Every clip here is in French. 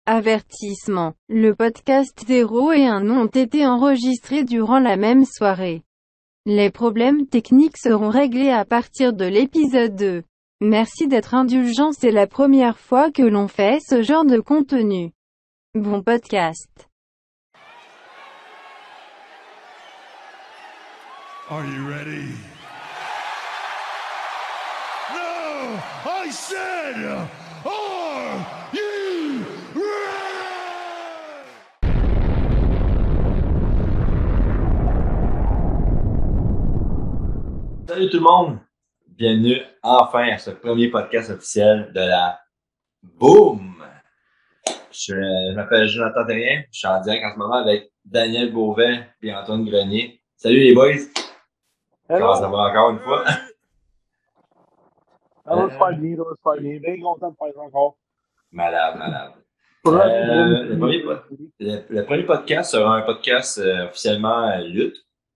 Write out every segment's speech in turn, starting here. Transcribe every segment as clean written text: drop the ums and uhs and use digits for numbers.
Avertissement. Le podcast 0 et 1 ont été enregistrés durant la même soirée. Les problèmes techniques seront réglés à partir de l'épisode 2. Merci d'être indulgent, c'est la première fois que l'on fait ce genre de contenu. Bon podcast. Are you ready? No! I said, are you ready? Salut tout le monde! Bienvenue enfin à ce premier podcast officiel de la Boom! Je m'appelle Jonathan Terrien, je suis en direct en ce moment avec Daniel Beauvais et Antoine Grenier. Salut les boys! Hello. Comment ça va encore une fois? Ça va super bien, ça va super bien. Bien content de faire ça encore. Malade. Le Le premier podcast sera un podcast officiellement lutte.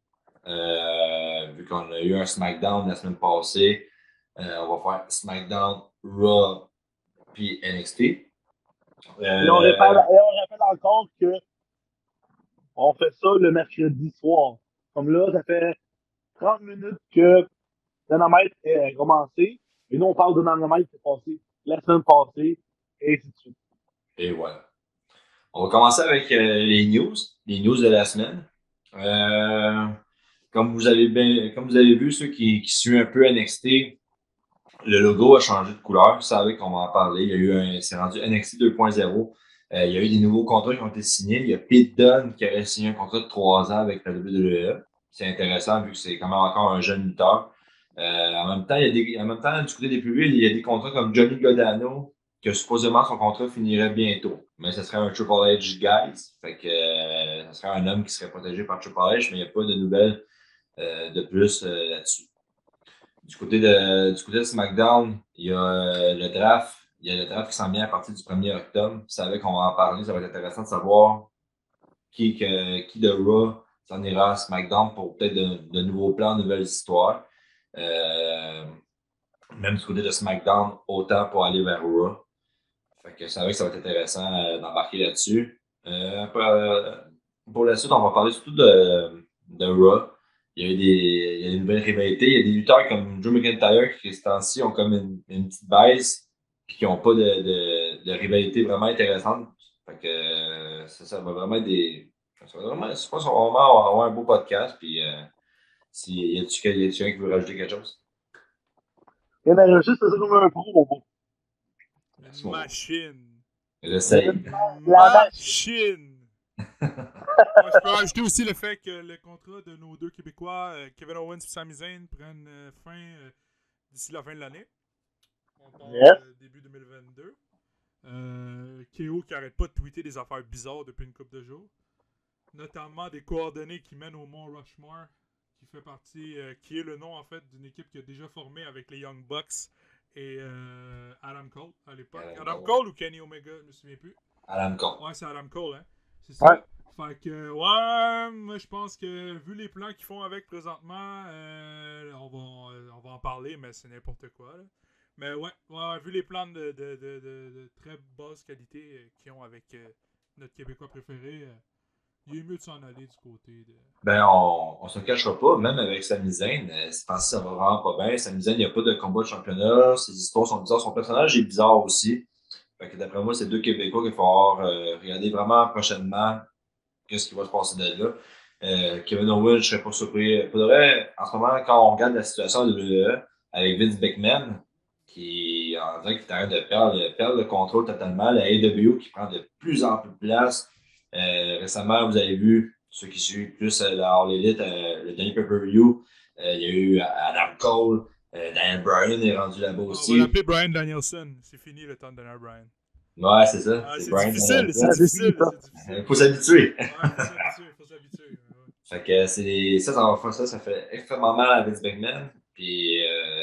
Vu qu'on a eu un SmackDown la semaine passée, on va faire SmackDown, Raw puis NXT. Et on rappelle encore que on fait ça le mercredi soir. Comme là, ça fait 30 minutes que Dynamite est commencé. Et nous, on parle de Dynamite qui est passé la semaine passée, et ainsi de suite. Et voilà. On va commencer avec les news de la semaine. Comme vous avez vu, ceux qui suivent un peu NXT, le logo a changé de couleur. Vous savez qu'on va en parler. C'est rendu NXT 2.0. Il y a eu des nouveaux contrats qui ont été signés. Il y a Pete Dunne qui aurait signé un contrat de 3 ans avec la WWE. C'est intéressant vu que c'est quand même encore un jeune lutteur. En même temps, du côté des publics, il y a des contrats comme Johnny Godano, que supposément son contrat finirait bientôt. Mais ce serait un Triple H guys. Fait que ce serait un homme qui serait protégé par Triple H, mais il n'y a pas de nouvelles de plus là-dessus. Du côté de SmackDown, il y a le draft. Il y a le draft qui s'en vient à partir du 1er octobre. Vous savez qu'on va en parler. Ça va être intéressant de savoir qui de Raw s'en ira à SmackDown pour peut-être de nouveaux plans, de nouvelles histoires. Même du côté de SmackDown, autant pour aller vers Raw. Fait que ça va être intéressant d'embarquer là-dessus. Pour la suite, on va parler surtout de Raw. Il y a des nouvelles rivalités. Il y a des lutteurs comme Drew McIntyre qui, ces temps-ci, ont comme une petite baisse et qui n'ont pas de rivalité vraiment intéressante. Fait que ça va vraiment être des. Je pense qu'on va vraiment avoir un beau podcast. Puis, y a-tu quelqu'un qui veut rajouter quelque chose? Et bien, juste, c'est comme un pro, mon beau. Une machine. J'essaye. La machine. Je peux rajouter aussi le fait que le contrat de nos deux Québécois, Kevin Owens et Sami Zayn, prennent fin d'ici la fin de l'année. On parle début 2022. KO qui arrête pas de tweeter des affaires bizarres depuis une couple de jours. Notamment des coordonnées qui mènent au Mont Rushmore, qui fait partie, qui est le nom en fait d'une équipe qui a déjà formé avec les Young Bucks et Adam Cole à l'époque. Adam Cole ou Kenny Omega, je me souviens plus. Adam Cole. Ouais, c'est Adam Cole, hein. C'est ça. Ouais. Fait que, ouais, moi je pense que vu les plans qu'ils font avec présentement, on va en parler, mais c'est n'importe quoi. Là. Mais ouais, vu les plans de très basse qualité qu'ils ont avec notre Québécois préféré, il est mieux de s'en aller du côté de. Ben, on se cachera pas, même avec Sami Zayn, c'est parce que ça va vraiment pas bien. Sami Zayn, il n'y a pas de combat de championnat, ses histoires sont bizarres, son personnage est bizarre aussi. Fait que d'après moi, c'est deux Québécois qu'il va falloir regarder vraiment prochainement qu'est-ce qui va se passer de là. Kevin Owens, je serais pas surpris. Pour de vrai, en ce moment, quand on regarde la situation de WWE avec Vince McMahon, qui en dirait qu'il est en train de perdre le contrôle totalement, la AEW qui prend de plus en plus de place. Récemment, vous avez vu, ceux qui suivent plus la All Elite, le dernier pay-per-view, il y a eu Adam Cole, Daniel Bryan est rendu là-bas aussi. On va l'appeler Bryan Danielson. C'est fini le temps de Daniel Bryan. Ouais, c'est ça. C'est Bryan difficile, Danielson. c'est difficile. Faut s'habituer. Ouais, faut s'habituer. Ouais. Fait que ça fait extrêmement mal à Vince McMahon. Puis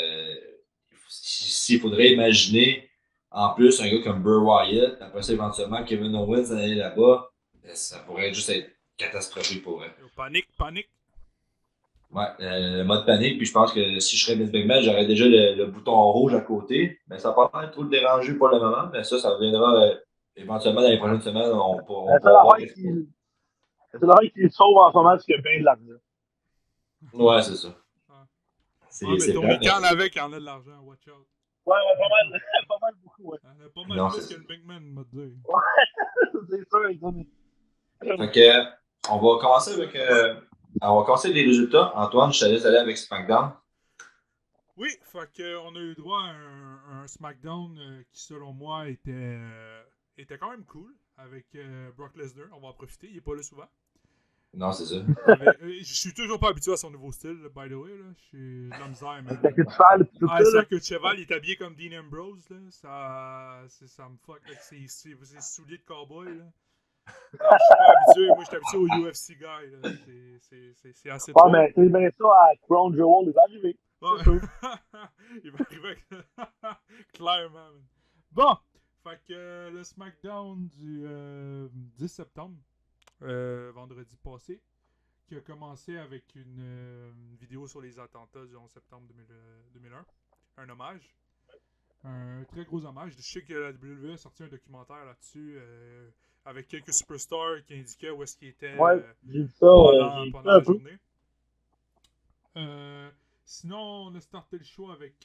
s'il faudrait imaginer en plus un gars comme Bray Wyatt, après ça éventuellement Kevin Owens aller là-bas, ça pourrait juste être catastrophique pour eux. Panique. Ouais, le mode panique, puis je pense que si je serais Vince McMahon, j'aurais déjà le bouton rouge à côté, mais ça va pas trop le déranger pour le moment, mais ça viendra éventuellement, dans les prochaines semaines, on La pourra seule voir. affaire qui le sauve en ce moment, c'est qu'il y a bien de l'argent. Ouais, c'est ça. Ouais, mais Tony Khan avec, il en a de l'argent, watch out. Ouais, pas mal, pas mal beaucoup, ouais. Il en a pas mal plus que le McMahon, m'a dit. Ouais, c'est sûr, exactement. Fait que, on va commencer avec. On va commencer les résultats. Antoine, je te laisse aller avec SmackDown. Oui, fait que on a eu droit à un SmackDown qui, selon moi, était quand même cool avec Brock Lesnar. On va en profiter, il est pas là souvent. Non, c'est ça. Je suis toujours pas habitué à son nouveau style, by the way. Là. Je suis de la misère, man. Avec la queue de cheval, tout Ah, ça. sa queue de cheval, il est habillé comme Dean Ambrose. Là. Ça me fuck avec ses souliers de cowboy. Là. Je suis pas habitué. Moi, je suis habitué au UFC guy. Là. C'est assez drôle. Ouais, mais c'est bien ça à Crown Jewel, il va arriver. Ouais. Il va arriver avec. Clairement. Man. Bon, fait que le SmackDown du 10 septembre, vendredi passé, qui a commencé avec une vidéo sur les attentats du 11 septembre 2001. Un hommage. Un très gros hommage. Je sais que la WWE a sorti un documentaire là-dessus avec quelques superstars qui indiquaient où est-ce qu'ils étaient j'ai vu ça, pendant la journée. Sinon, on a starté le show avec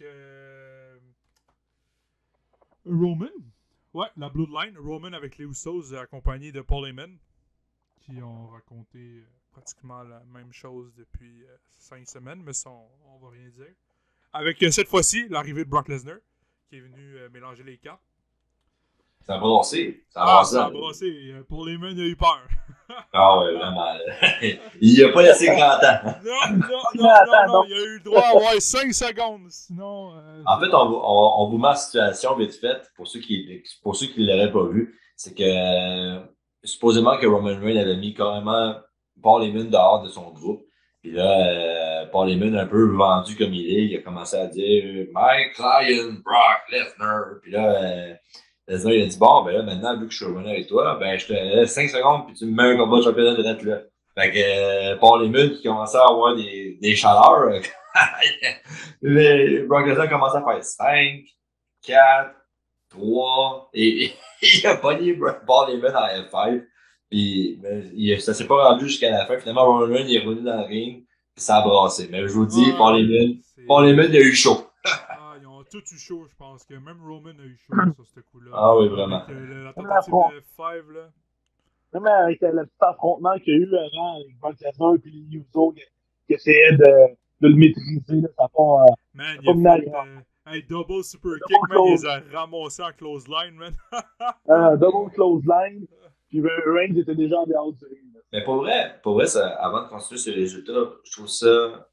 Roman. Ouais, la Bloodline. Roman avec les Usos accompagné de Paul Heyman qui ont raconté pratiquement la même chose depuis 5 semaines, mais ça, on va rien dire. Avec cette fois-ci, l'arrivée de Brock Lesnar qui est venu mélanger les cartes. Ça a brassé. Ça a brassé. Paul Heyman a eu peur. Ah ouais, vraiment. Il a pas laissé grand temps. Non. Il a eu le droit à avoir 5 secondes. Sinon. En fait, on vous met en situation vite faite pour ceux qui ne l'auraient pas vu. C'est que supposément que Roman Reigns avait mis carrément Paul Heyman dehors de son groupe. Puis là, Paul Heyman, un peu vendu comme il est, il a commencé à dire My client, Brock Lesnar. Puis là, Lesnar, il a dit bon, ben là, maintenant, vu que je suis revenu avec toi, ben je te laisse 5 secondes, puis tu me mets un combat de championnat de direct là. Fait que Paul Heyman qui commençait à avoir des chaleurs, Brock Lesnar commençait à faire 5, 4, 3, et il a pogné Paul Heyman en F5. Puis ça s'est pas rendu jusqu'à la fin. Finalement, Roman Reigns est revenu dans le ring, puis ça a brassé. Mais je vous dis, Paul Heyman, il a eu chaud. Ils ont tous eu chaud, je pense. Que même Roman a eu chaud sur ce coup-là. Ah oui, vraiment. Avec la tentative de F5, là. Même avec le petit affrontement qu'il y a eu avant avec Brock Lesnar et les Usos qui essayaient de le maîtriser, là, ça n'a pas. Man, il a fait double super kick, man. Il les a ramassés en close line, man. Double close line. Puis Reigns était déjà en dehors du ring. Mais pour vrai ça, avant de construire ce résultat, je trouve ça.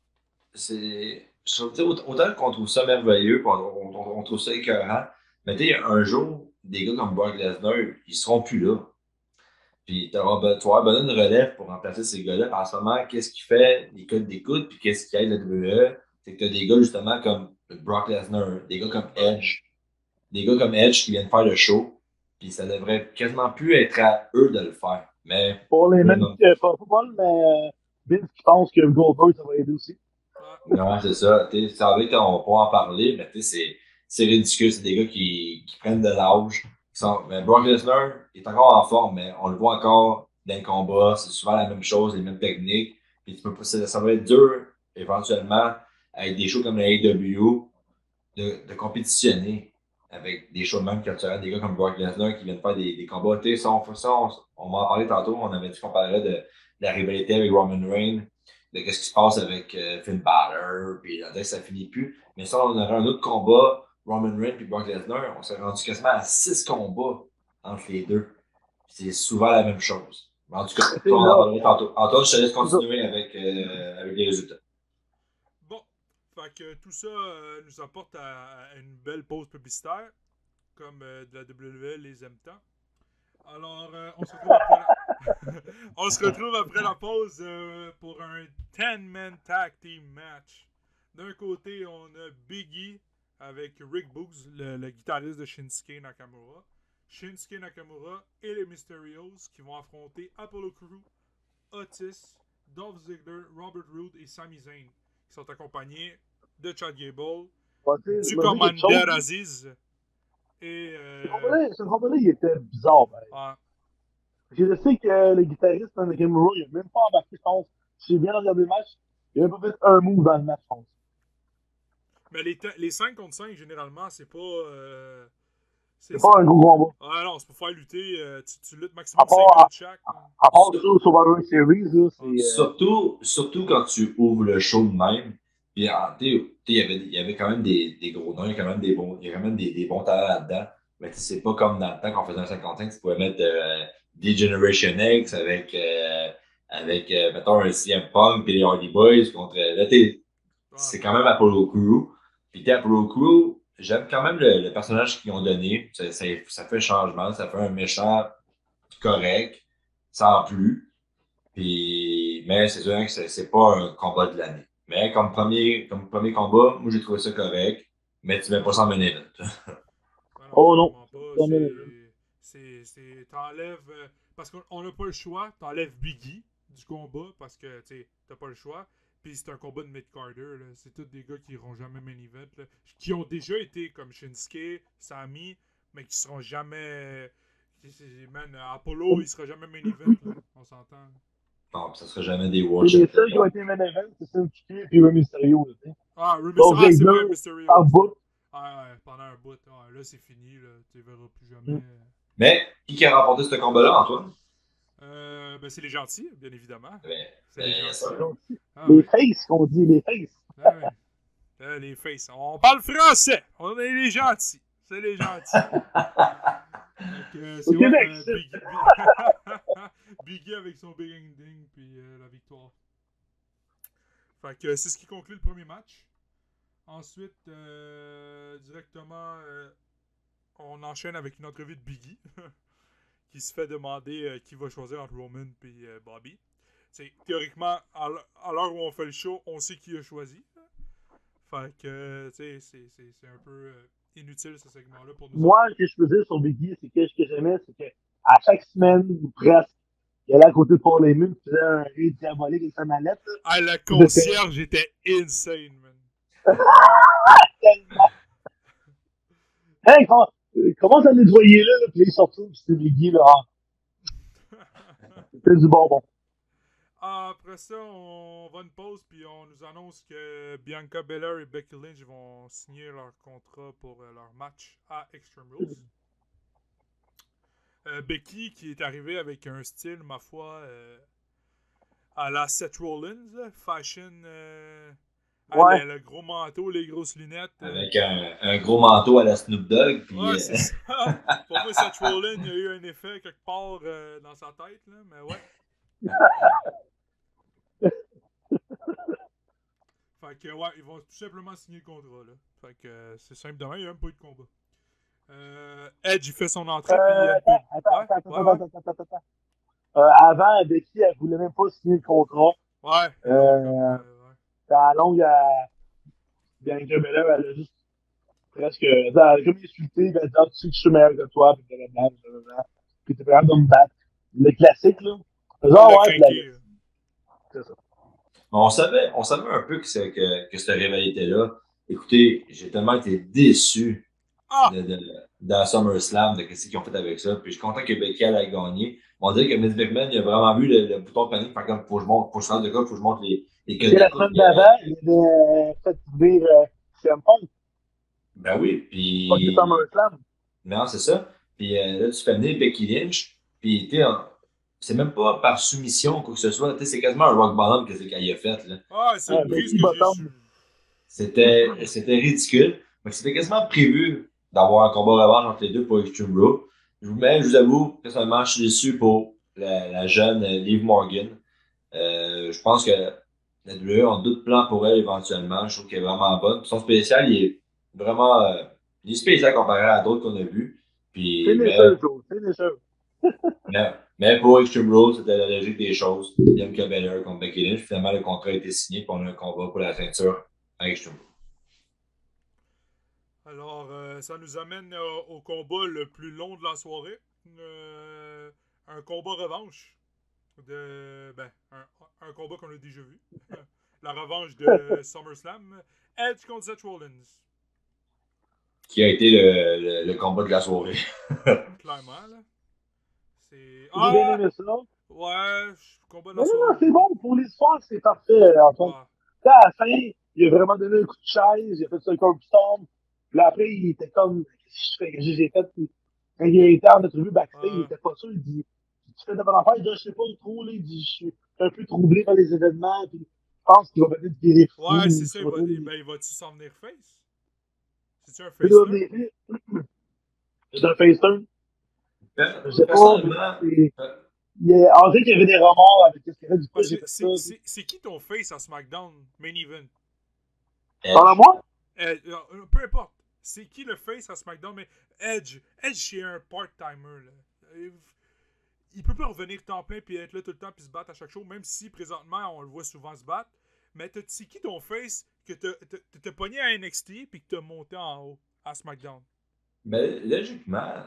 Autant qu'on trouve ça merveilleux, on trouve ça écœurant, mais tu sais, un jour, des gars comme Brock Lesnar, ils seront plus là. Puis tu vas avoir besoin de relève pour remplacer ces gars-là. En ce moment, qu'est-ce qui fait les codes d'écoute, puis qu'est-ce qui aide la WWE? C'est que tu as des gars justement comme Brock Lesnar, des gars comme Edge, qui viennent faire le show. Puis ça devrait quasiment plus être à eux de le faire. Mais pour les mêmes, pas mal, mais Vince qui pense que Goldberg, ça va aider aussi. Non, c'est ça. Ça va être, on va pas en parler, mais c'est ridicule. C'est des gars qui prennent de l'âge. Mais Brock Lesnar est encore en forme, mais on le voit encore dans les combats. C'est souvent la même chose, les mêmes techniques. Puis ça va être dur, éventuellement, avec des shows comme la AEW, de compétitionner avec des shows même quand tu as des gars comme Brock Lesnar qui viennent faire des combats. On va en parler tantôt. On avait dit qu'on parlerait de la rivalité avec Roman Reigns, de qu'est-ce qui se passe avec Finn Balor, puis on dirait que ça finit plus. Mais ça, on aurait un autre combat, Roman Reigns puis Brock Lesnar, on s'est rendu quasiment à 6 combats entre les deux. C'est souvent la même chose. Mais en tout cas, on en parlera tantôt. Antoine, je te laisse continuer avec les résultats. Bon, fait que tout ça nous apporte à une belle pause publicitaire, comme de la WWE les aime tant. Alors, on se retrouve après la pause pour un 10-man tag team match. D'un côté, on a Biggie avec Rick Boogs, le guitariste de Shinsuke Nakamura. Shinsuke Nakamura et les Mysterios qui vont affronter Apollo Crews, Otis, Dolph Ziggler, Robert Roode et Sami Zayn, qui sont accompagnés de Chad Gable, du Commander Aziz Et. Ce combat-là, il était bizarre. Ben. Ouais. Je sais que le guitariste de Nakamura, il n'a même pas embarqué, je pense. Si j'ai bien regardé le match, il n'a même pas fait un move dans le match, je pense. Mais les 5 contre 5, généralement, c'est pas. C'est pas un gros combat. Ah non, c'est pour faire lutter. Tu luttes À maximum 5 part, minutes chaque. à part ça, au Survivor Series, là, c'est. Surtout quand tu ouvres le show de même. Puis, il y avait quand même des gros noms, il y a quand même il y a quand même des bons talents là-dedans. Mais c'est pas comme dans le temps qu'on faisait un 55, tu pouvais mettre des Generation X avec mettons, un CM Punk et les Hardy Boys contre. Là, c'est quand même Apollo Crew. Puis, Apollo Crew, j'aime quand même le personnage qu'ils ont donné. Ça fait changement, ça fait un méchant correct, sans plus. Puis, mais c'est sûr que c'est pas un combat de l'année. Mais comme premier combat, moi j'ai trouvé ça correct. Mais tu mets pas 100 minutes. Oh non. T'enlèves. Parce qu'on n'a pas le choix. T'enlèves Biggie du combat parce que tu t'as pas le choix. Puis c'est un combat de mid-carder. C'est tous des gars qui iront jamais main event. Là, qui ont déjà été comme Shinsuke, Sami, mais qui seront jamais. Man, Apollo, il sera jamais main event. Là, on s'entend. Non, ça sera jamais des watch. Les seuls qui ont été main event, c'est Shinsuke et Rey Mysterio. Ah, Rey c'est vrai, Mysterio. En bout. Ah, ouais, pendant un bout. Ouais, là, c'est fini. Là, tu ne verras plus jamais. Mais qui a remporté ce combat-là, Antoine? Ben, c'est les gentils, bien évidemment. C'est les gentils. Les faces, qu'on dit, les faces. Les faces. On parle français. On est les gentils. C'est les gentils. C'est Biggie avec son big ending puis la victoire. Fait que c'est ce qui conclut le premier match. Ensuite, directement, on enchaîne avec une entrevue de Biggie qui se fait demander qui va choisir entre Roman et Bobby. Théoriquement, à l'heure où on fait le show, on sait qui a choisi. Fait que, c'est un peu inutile ce segment-là pour nous. Moi, ce que je peux dire sur Biggie, c'est que ce que j'aimais, c'est qu'à chaque semaine, ou presque, il allait à côté de Paul Heyman, il faisait un rire diabolique avec sa mallette. Ah, le concierge était insane, man. Hey, comment ça nettoyer là, puis il est sorti, puis c'était Biggie, là. C'était du bonbon. Après ça, on va une pause, puis on nous annonce que Bianca Belair et Becky Lynch vont signer leur contrat pour leur match à Extreme Rules. Becky qui est arrivée avec un style, ma foi, à la Seth Rollins, fashion, ouais. le gros manteau, les grosses lunettes. Avec un gros manteau à la Snoop Dogg. Puis, ouais, c'est ça. Pour moi, Seth Rollins, il y a eu un effet quelque part dans sa tête, là, mais ouais. Fait que, ouais, ils vont tout simplement signer le contrat, là. Fait que c'est simple demain, il n'y a même pas eu de combat. Edge, il fait son entrée, puis... Attends. Avant, Becky, elle voulait même pas signer le contrat. Ouais. À longue, Bianca Belair, elle a juste presque... Elle a comme insulté, elle a dit « Tu sais que je suis meilleur que toi », puis blablabla. Puis t'es prêt de me battre. Le classique, là. Genre, ouais, c'est ça. On savait un peu que cette rivalité-là. Écoutez, j'ai tellement été déçu dans SummerSlam de ce qu'ils ont fait avec ça. Puis je suis content que Becky ait gagné. On dirait que Vince McMahon, il a vraiment vu le bouton de panique. Par contre, faut que je fasse de quoi, faut que je montre les codes. La semaine d'avant, il avait fait ouvrir CM Punk. Ben oui, puis... Pas que SummerSlam. Non, c'est ça. Puis là, tu fais venir Becky Lynch. Puis c'est même pas par soumission ou quoi que ce soit. C'est quasiment un rock bottom qu'elle a fait. Là. Ah, c'est Becky bottom. C'était ridicule. Donc, c'était quasiment prévu d'avoir un combat revanche entre les deux pour Extreme Raw. Je vous avoue, personnellement, je suis déçu pour la jeune Liv Morgan. Je pense que la WWE a d'autres plans pour elle éventuellement. Je trouve qu'elle est vraiment bonne. Puis son spécial, il est vraiment il est spécial comparé à d'autres qu'on a vus. Puis, mais pour Extreme Rules, c'était la logique des choses. Bianca Belair contre Becky Lynch. Finalement, le contrat a été signé et on a un combat pour la ceinture à Extreme Rules. Alors, ça nous amène au combat le plus long de la soirée. Un combat revanche. Un combat qu'on a déjà vu. La revanche de SummerSlam. Edge contre Seth Rollins. qui a été le combat de la soirée. Clairement, là. C'est. J'ai bien aimé ça. Ouais, combat de Mais la non, soirée. c'est bon. Pour l'histoire, c'est parfait, Antoine. Ouais. Là, à la fin, il a vraiment donné un coup de chaise, il a fait ça avec un storm. Puis là, après, il était comme, qu'est-ce que j'ai fait? Puis, quand il a été en entrevue backstage, il était pas sûr, il dit, tu fais de bonne affaire, il dit, je sais pas trop, là, il dit, je suis un peu troublé par les événements, puis je pense qu'il va peut-être virer fou. Ouais, c'est ça, il va-tu s'en venir face? C'est-tu un face turn? C'est un face turn. Je sais pas, Personnellement, on dirait qu'il y avait des remords avec ce qu'il y avait du coup, j'ai fait ça. C'est qui ton face à SmackDown Main Event? Parle à moi? Peu importe. C'est qui le face à SmackDown? Mais Edge, c'est un part-timer. Là. Il peut pas revenir temps plein puis être là tout le temps puis se battre à chaque show, même si présentement on le voit souvent se battre. Mais c'est qui ton face que t'as pogné à NXT puis que t'as monté en haut à SmackDown? Mais logiquement,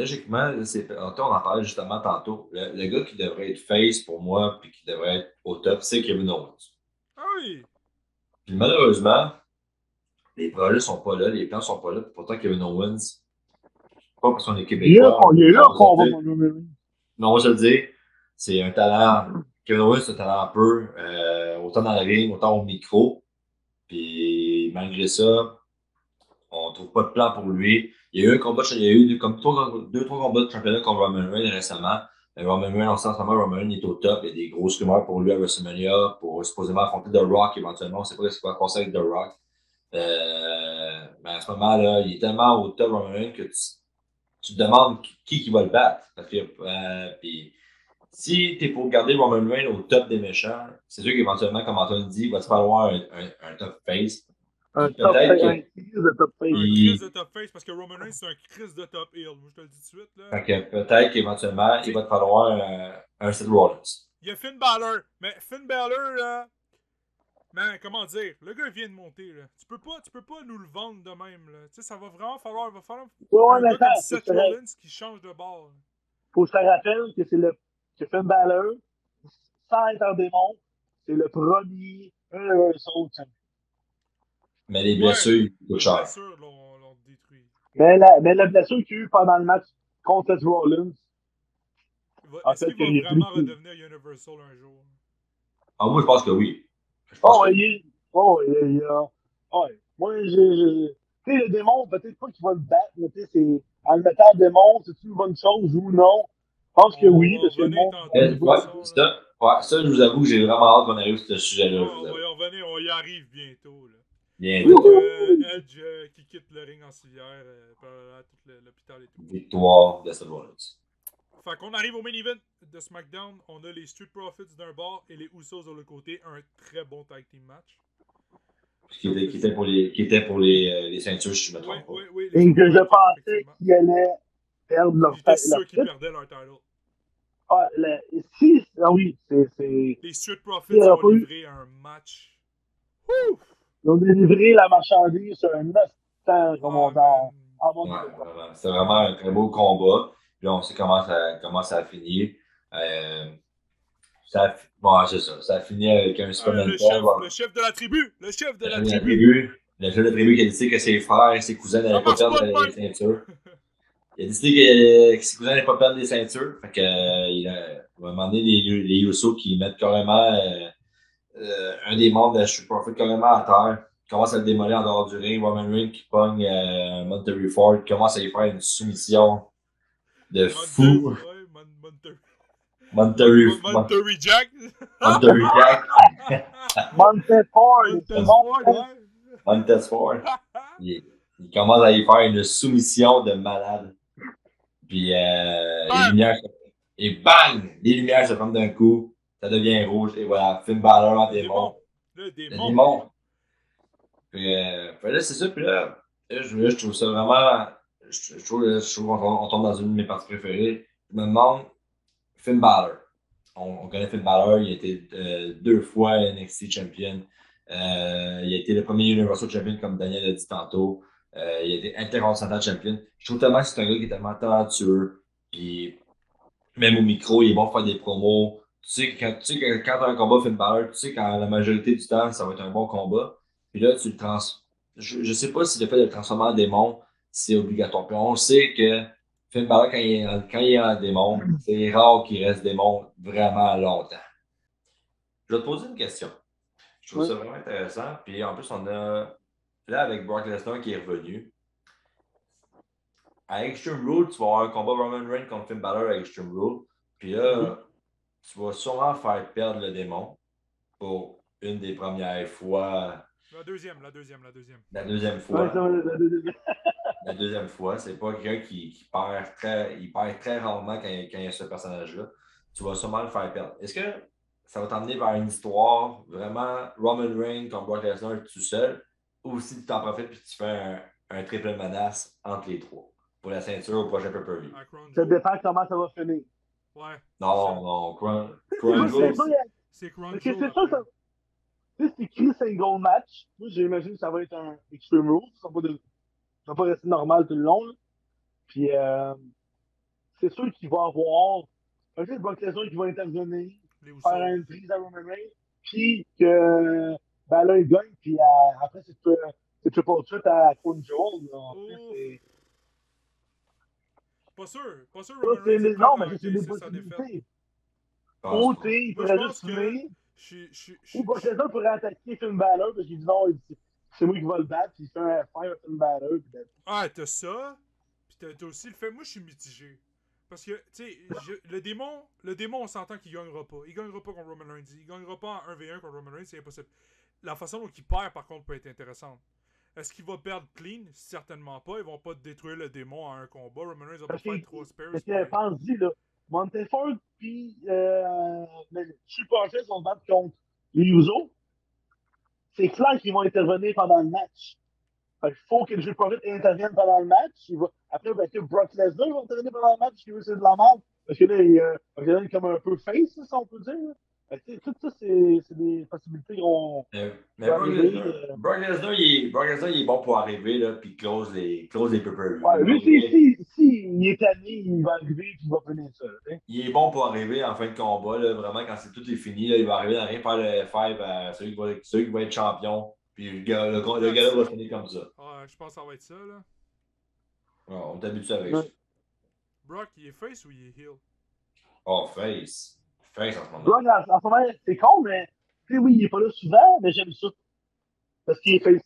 on en parlait justement tantôt. Le gars qui devrait être face pour moi puis qui devrait être au top, c'est Kevin Owens. Ah oui! Puis malheureusement, les projets sont pas là, les plans sont pas là. Pourtant, Kevin Owens, pas parce qu'on est québécois. Il y a eu un combat, mais on va se le dire, c'est un talent. Kevin Owens, c'est un talent peu, autant dans la ring, autant au micro. Puis malgré ça, on trouve pas de plan pour lui. Il y a eu un combat, il y a eu comme 2-3 combats de championnat contre Roman Reigns récemment. Roman Reigns, on sent en ce moment, Roman Reigns est au top. Il y a des grosses rumeurs pour lui à WrestleMania, pour supposément affronter The Rock éventuellement. On ne sait pas ce qui va se passer avec The Rock. Mais à ce moment-là, il est tellement au top, Roman Reigns, que tu te demandes qui va le battre. Parce que, puis, si tu es pour garder Roman Reigns au top des méchants, c'est sûr qu'éventuellement, comme Antoine dit, il va te falloir un top face. Un crise de top face. Un crise de top face, parce que Roman Reigns, c'est un crise de top heel. Moi, je te le dis tout de suite. Là. Fait que peut-être qu'éventuellement, il va te falloir un Seth Rollins. Il y a Finn Balor. Mais Finn Balor, là. Man, comment dire? Le gars, il vient de monter, là. Tu peux pas nous le vendre de même, là. Tu sais, ça va vraiment falloir. Il va falloir un gars comme Seth Rollins qui change de bord. Faut que je te rappelle que Finn Balor, sans être un démon, c'est le premier Universal Champion. Mais les blessures, ils coûtent cher. Les blessures l'ont détruit. Mais la blessure qu'il y a eu pendant le match contre Seth Rollins. Est-ce qu'il va vraiment redevenir Universal un jour? Ah, moi, je pense que oui. Moi, tu sais, le démon, peut-être pas qu'il va le battre, mais tu sais, c'est en le mettant en démon, c'est-tu une bonne chose ou non? Je pense que oui, parce que le monde. Ça, je vous avoue que j'ai vraiment hâte qu'on arrive sur ce sujet-là. On va y revenir, on y arrive bientôt. Là. Bientôt. Edge qui quitte le ring en civière, par tout l'hôpital et tout. Victoire de Seth Rollins. Fait qu'on arrive au main event de SmackDown. On a les Street Profits d'un bord et les Usos de l'autre côté. Un très bon tag team match. Qui était pour les ceintures, si je me trompe pas. Oui, et que je pensais qu'ils allaient perdre leur titre. J'étais sûr qu'ils perdaient leur title. Oui, c'est... Les Street Profits ont livré un match. Ouf! Ils ont délivré la marchandise sur un instant, comme on dit c'est vraiment un très beau combat. Puis là, on sait comment ça a fini. C'est ça. Ça a fini avec un Superman. Le chef de la tribu! Le chef de la tribu qui a décidé que ses frères et ses cousins n'allaient pas perdre les ceintures. Il a décidé que ses cousins n'allaient pas perdre les ceintures. Fait que, il va demander les Usos qui mettent carrément un des membres de Street Profit carrément à terre. Il commence à le démolir en dehors du ring. Roman Reigns qui pogne Monterey Ford, commence à y faire une soumission de fou. Monterey Jack. Monterey Jack. Montez Ford. Il commence à y faire une soumission de malade. Puis les lumières. Et bang! Les lumières se ferment d'un coup. Ça devient rouge. Et voilà, Finn Balor en démon. Le démon. Puis là, c'est ça. Puis là, je trouve ça vraiment. Je trouve qu'on tombe dans une de mes parties préférées. Je me demande, Finn Balor. On connaît Finn Balor. Il a été 2 fois NXT Champion. Il a été le premier Universal Champion, comme Daniel a dit tantôt. Il a été Intercontinental Champion. Je trouve tellement que c'est un gars qui est tellement talentueux. Puis, même au micro, il est bon pour faire des promos. Tu sais que quand tu as un combat Finn Balor, tu sais qu'en la majorité du temps, ça va être un bon combat. Puis là, tu le je sais pas si le fait de le transformer en démon, c'est obligatoire. Puis on sait que Finn Balor, quand il est en démon, c'est rare qu'il reste démon vraiment longtemps. Je vais te poser une question. Je trouve ça vraiment intéressant. Puis en plus, on a là avec Brock Lesnar qui est revenu. À Extreme Rule, tu vas avoir un combat Roman Reigns contre Finn Balor à Extreme Rule. Puis là, tu vas sûrement faire perdre le démon pour une des premières fois. La deuxième. La deuxième fois. La deuxième. La deuxième fois. C'est pas quelqu'un qui perd très rarement quand il y a ce personnage-là. Tu vas sûrement le faire perdre. Est-ce que ça va t'emmener vers une histoire vraiment Roman Reigns contre Brock Lesnar tout seul, ou si tu t'en profites et tu fais un triple menace entre les trois pour la ceinture au prochain pay-per-view? Ça dépend comment ça va finir. Ouais. Non, Crown c'est Crown c'est ça, ça. Tu sais, c'est écrit single match. Moi, j'imagine que ça va être un Extreme Rules. Ça va pas rester normal tout le long. Là. Puis, c'est sûr qu'il va avoir un peu de Brock Lesnar qui va intervenir, faire une prise à Roman Reigns, puis que là, il gagne, puis après, c'est triple threat à Crown Jewel. Pas sûr. Roman Reigns non, mais c'est des possibilités. Ou il pourrait juste tuer. Ou Brock Lesnar pourrait attaquer Finn Balor parce qu'il dit non, c'est moi qui va le battre, puis il fait un fire Finn Balor. Ah, t'as ça, puis t'as aussi le fait. Moi, je suis mitigé. Parce que, tu sais, le démon, on s'entend qu'il gagnera pas. Il gagnera pas contre Roman Reigns. Il gagnera pas en 1v1 contre Roman Reigns, c'est impossible. La façon dont il perd, par contre, peut être intéressante. Est-ce qu'il va perdre clean? Certainement pas. Ils vont pas détruire le démon à un combat. Roman Reigns va pas faire 3 spares. Parce que, pense-y, là, Montefort puis Superchef vont se battre contre les Usos. C'est clair qu'ils vont intervenir pendant le match. Il faut que le Superchef intervienne pendant le match. Après, que Brock Lesnar va intervenir pendant le match, qui veut c'est de la merde. Parce que là, il est comme un peu face, si on peut dire. Tout ça, c'est des possibilités qu'on. Mais Brock Lesnar, il est bon pour arriver, là, puis close les pay-per-view. Ouais, lui, il est tanné, il va arriver, puis il va finir ça. Hein? Il est bon pour arriver en fin de combat, là, vraiment, quand tout est fini, là, il va arriver dans rien, faire le five à celui qui va être champion, puis le gars va finir comme ça. Ouais, je pense que ça va être ça, là. Ouais, on t'habitue avec ça. Brock, il est face ou il est heel? Oh, face. Face en ce moment. Brock, en ce moment, c'est con, mais oui, il est pas là souvent, mais j'aime ça. Parce qu'il est face.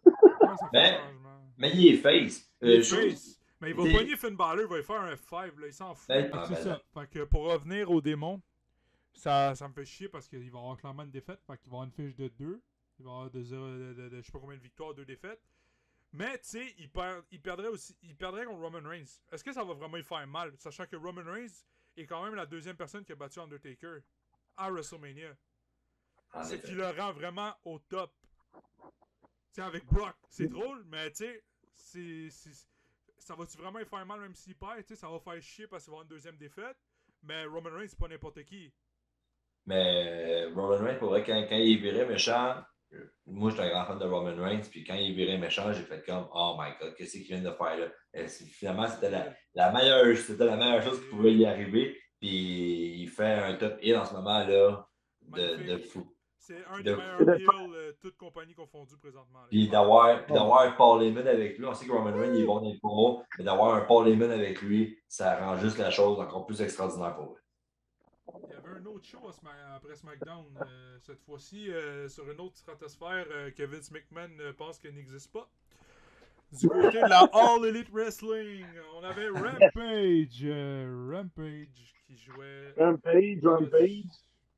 Mais il est face. Il est face. Mais il va pogner Finn Balor, il va faire un F5, là, il s'en fout. C'est ça. Fait que pour revenir au démon, ça me fait chier parce qu'il va avoir clairement une défaite. Fait qu'il va avoir une fiche de 2. Il va avoir je sais pas combien de victoires, 2 défaites. Mais tu sais, il perdrait contre Roman Reigns. Est-ce que ça va vraiment lui faire mal? Sachant que Roman Reigns est quand même la deuxième personne qui a battu Undertaker à WrestleMania. C'est qui le rend vraiment au top. Tu sais, avec Brock, c'est drôle, mais tu sais, ça va-tu vraiment lui faire mal même s'il perd? Tu sais, ça va faire chier parce qu'il va avoir une deuxième défaite. Mais Roman Reigns, c'est pas n'importe qui. Mais Roman Reigns, pour vrai, quand il est viré méchant, moi, je suis un grand fan de Roman Reigns, puis quand il est viré méchant, j'ai fait comme, oh my god, qu'est-ce qu'il vient de faire là? Et finalement, c'était la meilleure chose qui pouvait y arriver, puis il fait un top heel en ce moment-là de fou. C'est un des meilleurs heels, toutes compagnies confondues présentement. Puis d'avoir Paul Heyman avec lui, on sait que Roman Reigns est bon dans le combat, mais d'avoir un Paul Heyman avec lui, ça rend juste la chose encore plus extraordinaire pour lui. Il y avait un autre show après SmackDown, cette fois-ci sur une autre stratosphère que Vince McMahon pense qu'elle n'existe pas. Du côté de la All Elite Wrestling, on avait Rampage. Rampage qui jouait. Rampage.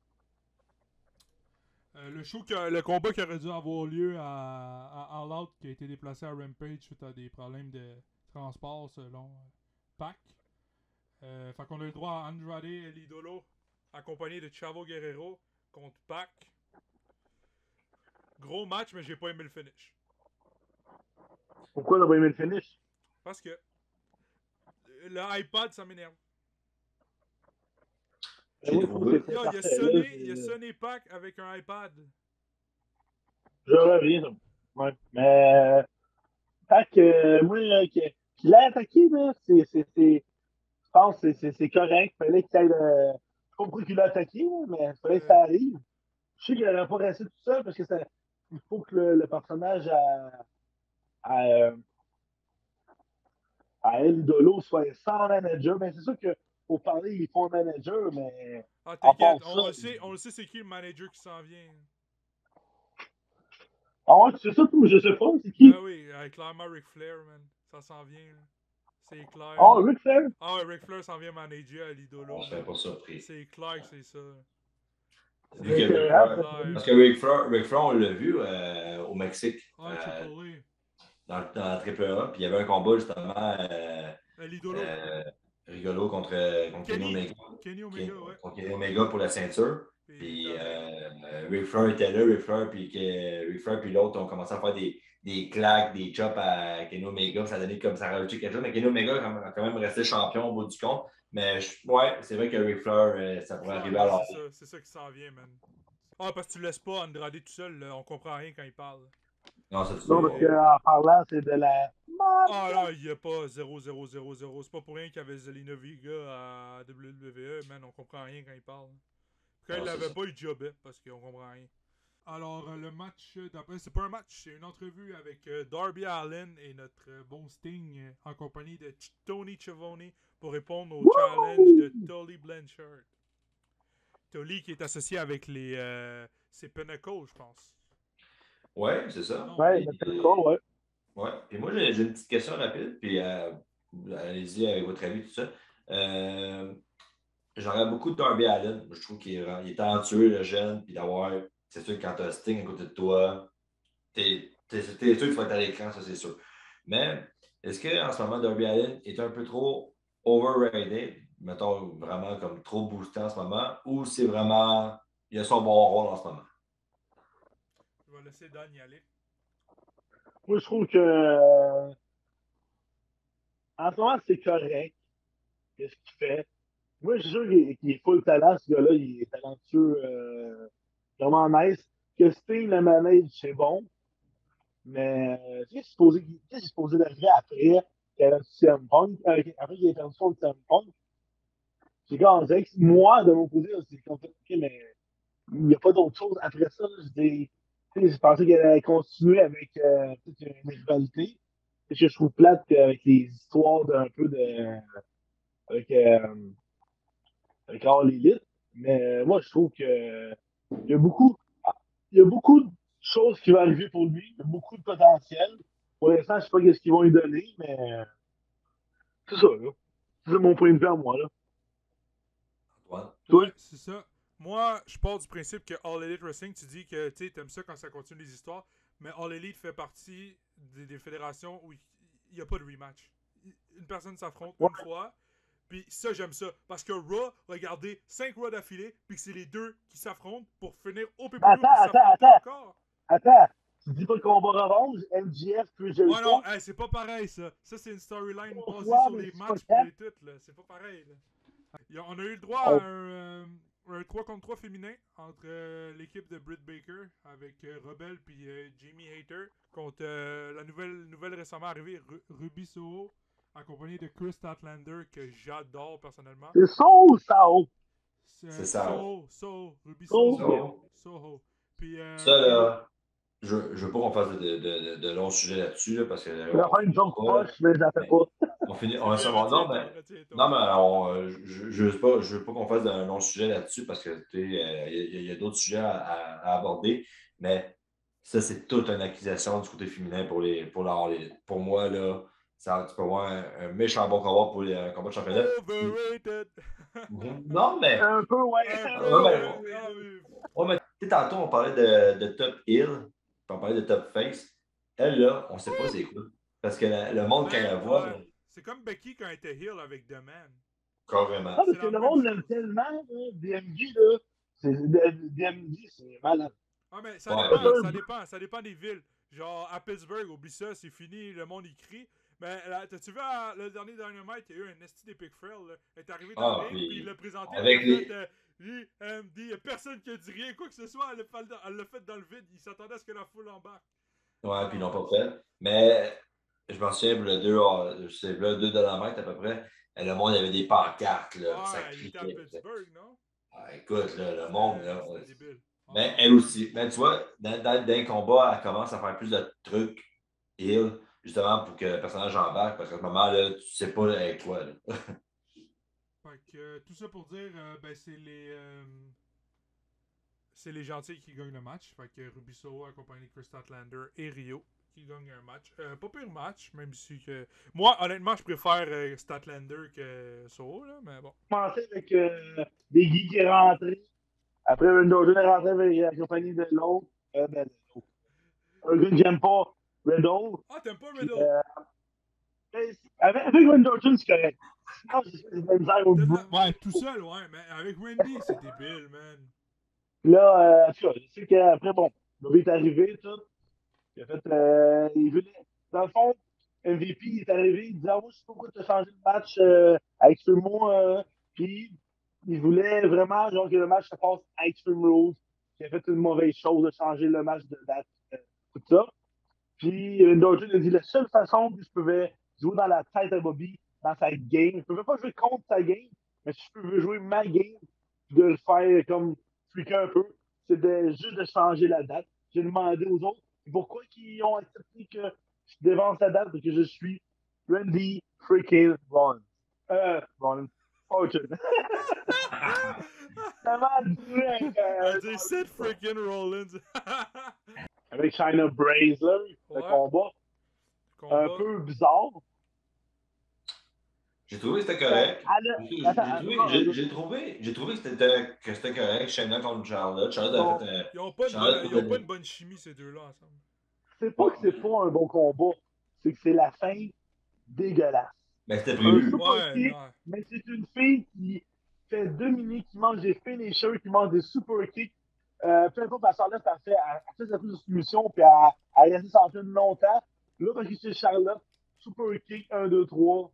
Le combat qui aurait dû avoir lieu à All Out qui a été déplacé à Rampage suite à des problèmes de transport selon Pac. Fait qu'on a eu le droit à Andrade El Idolo accompagné de Chavo Guerrero contre Pac. Gros match, mais j'ai pas aimé le finish. Pourquoi t'as pas aimé le finish? Parce que le iPad, ça m'énerve. Il a sonné Pac avec un iPad. Je reviens. Ouais. Mais Pac, moi, qu'il a attaqué, là, je pense que c'est correct. Il fallait qu'il aille. Je sais pas pourquoi qu'il l'a attaqué, là, mais il fallait que ça arrive. Je sais qu'il n'aurait pas resté tout seul parce que il faut que le personnage à El Idolo soit sans manager. Ben, c'est sûr que pour parler, ils font un manager, mais. Ah, À t'inquiète, part ça, on le sait c'est qui le manager qui s'en vient. Ah ouais, c'est ça, tout, je sais pas, c'est qui? Ben oui, clairement Ric Flair, man. Ça s'en vient. Là. C'est clair. Ah, Ric Flair? Ah ouais, Ric Flair s'en vient manager à l'idolo. On serait pas surpris. C'est clair que c'est ça. Vu que Ric Flair, parce que Ric Flair, on l'a vu au Mexique. Ah, Triple Dans la AAA, puis il y avait un combat justement l'idolo. rigolo contre Kenny Omega. Kenny Omega, ouais. Contre Kenny Omega pour la ceinture. Puis Ric Flair était là, Ric Flair puis l'autre ont commencé à faire des claques, des chops à Kenny Omega. Ça a donné comme ça a rajouté quelque chose. Mais Kenny Omega a quand même resté champion au bout du compte. Mais ouais, c'est vrai que Ric Flair, ça pourrait arriver à l'heure. C'est ça qui s'en vient, man. Ah, parce que tu laisses pas Andrade tout seul, là. On comprend rien quand il parle. Non, ça Non, parce qu'en parlant, c'est de la. Ah non, il n'y a pas 0-0-0-0. C'est pas pour rien qu'il y avait Zelina Vega à WWE, man. On comprend rien quand il parle. Quand il l'avait pas, il jobait parce qu'on comprend rien. Alors, le match d'après, c'est pas un match, c'est une entrevue avec Darby Allin et notre bon Sting en compagnie de Tony Schiavone pour répondre au challenge de Tully Blanchard. Tully qui est associé avec c'est Pinnacle, je pense. Ouais, c'est ça. Ouais, le Pinnacle, ouais. Ouais. Puis moi, j'ai une petite question rapide, puis allez-y avec votre avis, tout ça. J'aurais beaucoup de Darby Allin. Je trouve qu'il est talentueux, le jeune, puis d'avoir. C'est sûr que quand tu as Sting à côté de toi, t'es sûr que tu vas être à l'écran, ça c'est sûr. Mais est-ce qu'en ce moment, Darby Allin est un peu trop overrated, mettons vraiment comme trop boosté en ce moment, ou c'est vraiment. Il a son bon rôle en ce moment? Je vais laisser Dan y aller. Moi, je trouve que. En ce moment, c'est correct. Qu'est-ce qu'il fait? Moi, je suis sûr qu'il est full talent, ce gars-là. Il est talentueux, vraiment nice. Que Sting le manage, c'est bon. Mais qu'est-ce qui est supposé d'arriver après qu'il ait perdu CM Punk? Après qu'il ait perdu contre CM Punk? C'est comme, on dirait que moi, de mon côté, c'est comme, OK, mais il n'y a pas d'autre chose après ça. Je pensais qu'elle allait continuer avec une rivalité. Ce que je trouve plate avec les histoires d'un peu de. Avec, avec All Elite. Mais moi, je trouve que il y a beaucoup de choses qui vont arriver pour lui. Il y a beaucoup de potentiel. Pour l'instant, je ne sais pas ce qu'ils vont lui donner, mais c'est ça, là. C'est mon point de vue à moi, là. Ouais, c'est ça. Moi, je pars du principe que All Elite Wrestling, tu dis que tu aimes ça quand ça continue les histoires, mais All Elite fait partie des fédérations où il n'y a pas de rematch. Une personne s'affronte une fois, puis ça, j'aime ça. Parce que Raw, regardez, 5 Raw d'affilée, puis que c'est les deux qui s'affrontent pour finir au pay-per-view. Attends. Tu dis pas le combat revanche, MJF puis Jericho? Ouais, non, c'est pas pareil, ça. Ça, c'est une storyline basée sur les matchs et tout, là. C'est pas pareil, là. On a eu le droit à un 3 contre 3 féminin entre l'équipe de Britt Baker avec Rebel puis Jamie Hayter contre la nouvelle récemment arrivée Ruby Soho accompagnée de Chris Statlander que j'adore personnellement. C'est Soho, Soho. C'est Soho. Soho. Ruby Soho. Puis, ça, là, je veux pas qu'on fasse de longs sujets là-dessus, là, parce que. On va faire une joke proche, mais je la fais pas. On finit. On va savoir. Non, mais je veux pas qu'on fasse un long sujet là-dessus parce que il y a d'autres sujets à aborder. Mais ça, c'est toute une accusation du côté féminin pour moi, là, tu peux avoir un méchant bon combat pour un combat de championnat. Overrated! Non, mais. Un peu, ouais. Ouais, mais tantôt, on parlait de Top Hill, puis on parlait de Top Face. Elle, là, on sait pas c'est quoi. Parce que le monde, quand elle la voit. Ouais. C'est comme Becky quand elle était heel avec The Man. Carrément. Ah, parce que le monde l'aime tellement, là, DMG, là. DMG, c'est malade. Ah, mais ça dépend des villes. Genre, à Pittsburgh, oublie ça, c'est fini, le monde y crie. Mais t'as-tu vu le dernier Dynamite, il y a eu un esti d'Epic Fail, là. Elle est arrivée dans le ring, puis il l'a présenté avec il y a personne qui a dit rien, quoi que ce soit, elle l'a fait dans le vide. Il s'attendait à ce que la foule embarque. Ouais, puis ils l'ont pas fait. Mais je m'en souviens, le 2 Dynamite à peu près, le monde avait des pancartes, là. Ça il était à Pittsburgh, non? Ah, écoute, là, le monde, là. C'était débile. Mais elle aussi. Mais tu vois, dans les combats, elle commence à faire plus de trucs. justement pour que le personnage embarque, parce qu'à ce moment-là, tu sais pas avec quoi. Là. Fait que, tout ça pour dire, ben, c'est les gentils qui gagnent le match. Fait que Rubiso accompagné de Chris Statlander et Rio qui gagnent un match. Pas pire match, même si que. Moi, honnêtement, je préfère Statlander que Soho, là, mais bon. Commencé avec Biggie qui est rentré. Après, Randy Orton est rentré avec la compagnie de l'autre. Un gars que j'aime pas, Riddle. Ah, t'aimes pas Riddle? Avec Randy Orton, c'est correct. Sinon, j'ai de la misère au bout. Ouais, tout seul, ouais, mais avec Randy, c'est débile, man. Là, tu vois, je sais qu'après, bon, Bobby est arrivé, tout. Il a fait, il voulait, dans le fond, MVP il est arrivé, il disait, ah, moi, je sais pas pourquoi tu as changé le match avec Sumo, puis il voulait vraiment, genre, que le match se passe à Extreme Rules. Il a fait une mauvaise chose de changer le match de date, tout ça. Puis, Orton a dit, la seule façon que je pouvais jouer dans la tête à Bobby, dans sa game, je ne pouvais pas jouer contre sa game, mais si je pouvais jouer ma game, de le faire comme tweaker un peu, c'était juste de changer la date. J'ai demandé aux autres pourquoi ils ont accepté que je dévance la date parce que je suis Randy freaking Rollins. Rollins. Orton. Tellement dur Elle dit Seth freaking Rollins. avec China Baszler, le combat. Un peu bizarre. J'ai trouvé que c'était correct. J'ai trouvé que c'était correct. Shayna contre Charlotte. Charlotte a fait Ils ont pas une bonne chimie, ces deux-là, ensemble. C'est pas que c'est pas un bon combat, c'est que c'est la fin dégueulasse. Ben, c'était prévu. Ouais. Mais c'est une fille qui fait dominer, qui mange des finishers, qui mange des super kicks. Peu importe, la Charlotte, elle fait sa plus de soumission, puis elle reste championne longtemps. Là, parce que c'est Charlotte, super kick, 1, 2, 3.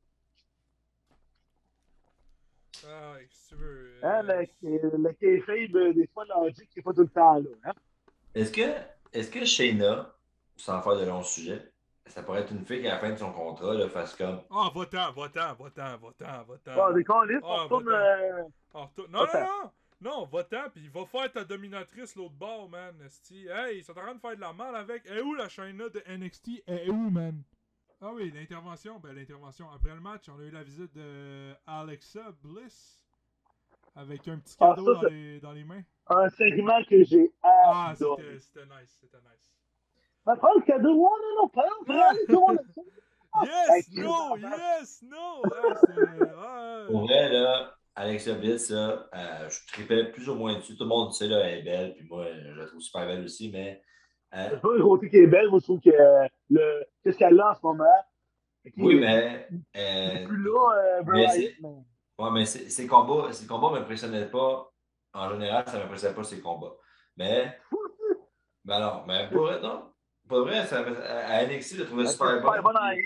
Ah, si tu veux. Le kayfabe, des fois, logique, c'est pas tout le temps là. Hein? Est-ce que Shayna, sans faire de longs sujets, ça pourrait être une fille qui, à la fin de son contrat, là, fasse comme. Ah, va-t'en. Ah, des conneries, on retourne. Non, va-t'en, pis va faire ta dominatrice l'autre bord, man. Esti. Hey, ils sont en train de faire de la mal avec. Elle est où la chaîne là de NXT? Elle est où, man? Ah oui, l'intervention. Ben, l'intervention. Après le match, on a eu la visite de Alexa Bliss. Avec un petit cadeau dans les mains. Un segment que j'ai adoré. Ah, c'était nice. Mais prends le cadeau. Non, prends. Yes, no. Pour vrai, là, Alexa Bliss, là, je tripais plus ou moins dessus. Tout le monde sait, là, elle est belle, puis moi, je la trouve super belle aussi, mais. C'est pas le côté qui est belle, moi, je trouve que qu'est-ce qu'elle a en ce moment. Oui, mais. Plus là, Ouais, mais ces combats ne m'impressionnaient pas. En général, ça ne m'impressionnait pas, ces combats. Mais. Ben non, mais pour vrai, non. Pour vrai, à NXT, je le trouvais super bon.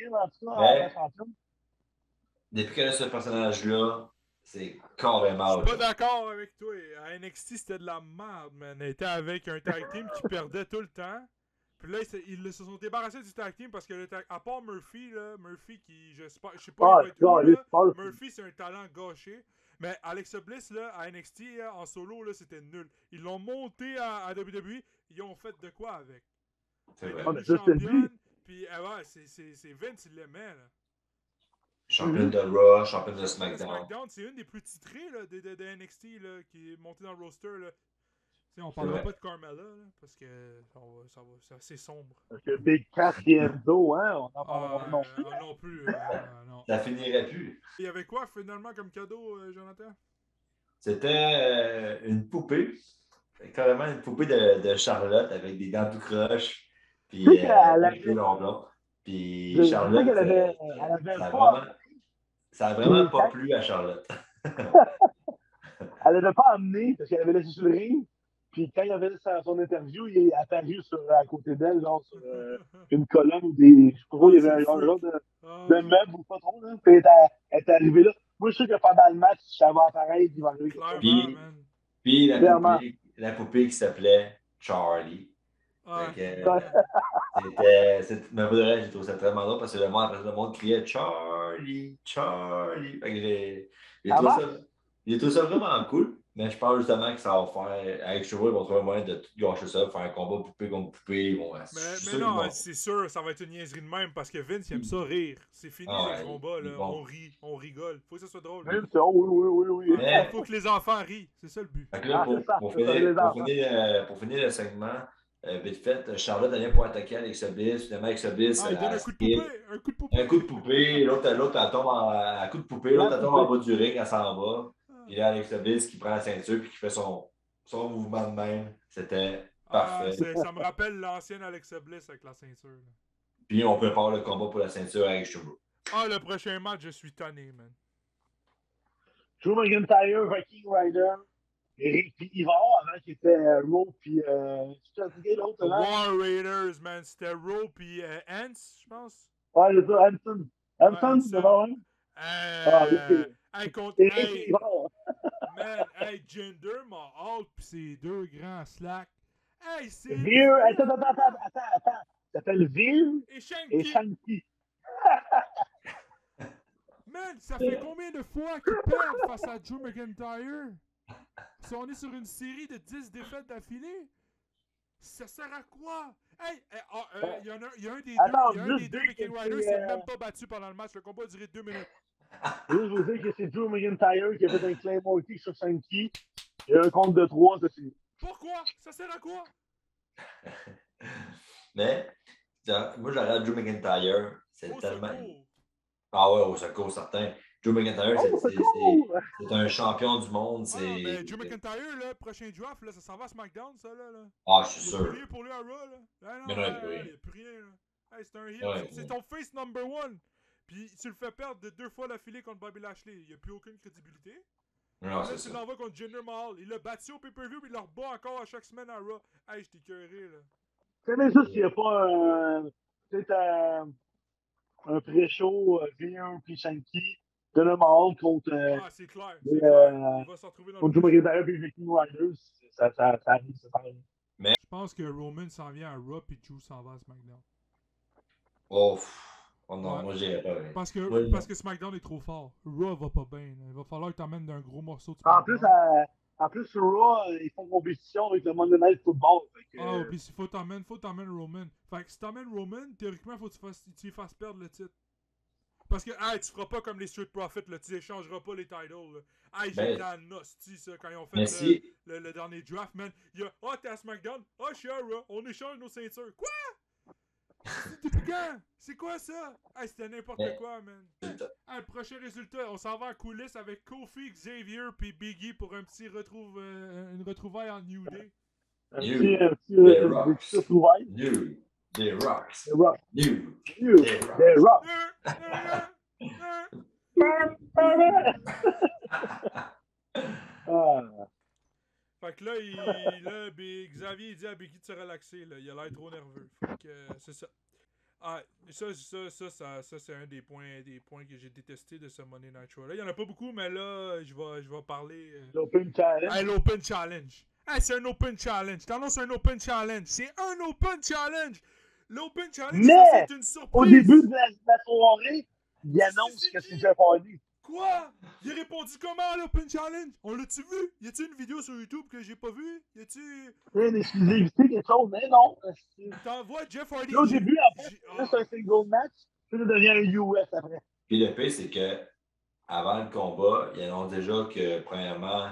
Depuis qu'elle a ce personnage-là, c'est carrément. Je suis pas d'accord avec toi. À NXT, c'était de la merde, man. Elle était avec un tag team qui perdait tout le temps. Puis là, ils se sont débarrassés du tag team parce que à part Murphy, qui, je sais pas, Murphy, c'est un talent gâché. Mais Alexa Bliss, là, à NXT, en solo, là, c'était nul. Ils l'ont monté à WWE, ils ont fait de quoi avec? C'est vrai. Championne, puis ouais, c'est Vince, il l'aimait, là. Championne de Raw, championne de SmackDown. C'est une des plus titrées là, de NXT là, qui est montée dans le roster. Là. T'sais, on parlera pas de Carmella là, parce que c'est assez sombre. Parce que Big Cass et Enzo, hein, on en parlera non plus. Non. Ça finirait plus. Il y avait quoi finalement comme cadeau, Jonathan? C'était une poupée. Carrément une poupée de Charlotte avec des dents tout croches. Puis avec les longs blonds. Puis Charlotte, ça a vraiment pas plu à Charlotte. Elle n'avait pas amené parce qu'elle avait laissé sur le ring. Puis quand il avait son interview, il est apparu à côté d'elle, genre sur une colonne ou des. Je sais pas, il y avait un genre de meuble ou pas trop. Là. Puis elle est arrivée là. Moi, je suis sûr que pendant le match, ça va apparaître, il va arriver. Puis la poupée qui s'appelait Charlie. Mais pour de vrai, j'ai trouvé ça très drôle parce que le monde criait Charlie. Fait que j'ai trouvé ça. J'ai trouvé ça vraiment cool, mais je pense justement que ça va faire. Avec Chevrolet, ils vont trouver un moyen de tout gâcher ça, faire un combat poupée contre poupée. Ils vont, Mais non, c'est sûr, ça va être une niaiserie de même parce que Vince, il aime ça rire. C'est fini les combats, là. On rit, on rigole. Faut que ça soit drôle. Oui, oui. Faut que les enfants rient. C'est ça le but. Là, pour finir le segment, vite fait, Charlotte elle vient pour attaquer Alexa Bliss. Finalement, Alexa Bliss. Il donne un coup de poupée. Un coup de poupée. L'autre, elle tombe un coup de poupée. L'autre, elle tombe en bas du ring, elle s'en va. Puis là, Alexa Bliss qui prend la ceinture puis qui fait son mouvement de même. C'était parfait. Ça me rappelle l'ancienne Alexa Bliss avec la ceinture. Là. Puis on prépare le combat pour la ceinture avec Chevrolet. Le prochain match, je suis tanné, man. Drew McIntyre, Viking Rider. Eric puis Ivar, avant qui était Raw, puis l'autre là. War Raiders, man. C'était Raw, puis Ants, je pense. Ouais, c'est ça, Hanson. Hanson, c'est bon, hein? Hey, contre. Eric Ivar. Man, hey, Jinder Mahal, pis ses deux grands slacks. Hey, c'est. Veer, attends. Ça s'appelle Veer et Shanky. Man, ça fait combien de fois qu'ils perdent face à Drew McIntyre? Si on est sur une série de 10 défaites d'affilée, ça sert à quoi? Hey, il y a un des deux Viking Riders qui s'est même pas battu pendant le match. Le combat a duré 2 minutes. Juste vous dire que c'est Drew McIntyre qui a fait un Claymore kick sur Shanky. Il y a un compte de 3 dessus. Pourquoi? Ça sert à quoi? Mais, moi, je regarde Drew McIntyre. C'est tellement. Secours. Ah ouais, au secours, certain. Drew McIntyre, c'est un champion du monde. Mais Drew McIntyre, le prochain draft, là, ça s'en va à SmackDown, ça, là. Ah, je suis sûr. Il n'y a plus rien pour lui à Raw, là. Il n'y a plus rien, là. Hey, c'est un heel. C'est ton face number one. Puis tu le fais perdre de 2 fois d'affilée contre Bobby Lashley. Il n'y a plus aucune crédibilité. Non, là, tu l'envoies contre Jinder Mahal. Il l'a battu au pay-per-view, puis il le rebat encore à chaque semaine à Raw. Hey, je t'ai écœuré, là. C'est même ça s'il n'y a pas un pré-show, Veer puis Shanky, de le Mahal contre. C'est clair. Il va s'en retrouver dans contre Drew McIntyre puis Viking Riders. Ça arrive. Je pense que Roman s'en vient à Raw, puis Drew s'en va à SmackDown. Oh non, moi j'irais pas. Parce que SmackDown est trop fort. Raw va pas bien. Il va falloir que t'emmènes d'un gros morceau de SmackDown. En plus, sur Raw, ils font compétition avec le Monday Night Football. Puis il faut t'emmèner Roman. Fait que si t'emmènes Roman, théoriquement, faut que tu lui fasses perdre le titre. Parce que, tu feras pas comme les Street Profits, là, tu échangeras pas les titles. Là. J'ai la nostie, ça, quand ils ont fait le dernier draft, man. Il y a, t'es à SmackDown, je suis à Raw, on échange nos ceintures. Quoi? Depuis quand? C'est quoi ça? C'était n'importe quoi, man. Le prochain résultat, on s'en va en coulisses avec Kofi, Xavier puis Biggie pour un petit une retrouvaille en New Day. Des Rocks. Des Rocks. Fait que là, Xavier il dit à Biggie de se relaxer. Là. Il a l'air trop nerveux. Fait que c'est ça. Ça c'est un des points que j'ai détesté de ce Monday Night Raw. Là, il y en a pas beaucoup, mais là, je vais parler. L'Open Challenge. L'Open Challenge. C'est un Open Challenge. T'annonces un Open Challenge. C'est un Open Challenge. L'Open Challenge, c'est une surprise. Au début de la soirée, il annonce que c'est Jeff Hardy. Quoi? Il a répondu comment à l'Open Challenge? On l'a-tu vu? Y a-tu une vidéo sur YouTube que j'ai pas vue? Y a-tu... une exclusivité, quelque chose? Mais non. T'envoies Jeff Hardy. Au début, après, c'est un single match, puis ça devient un US après. Puis le pire, c'est que avant le combat, il annonce déjà que, premièrement,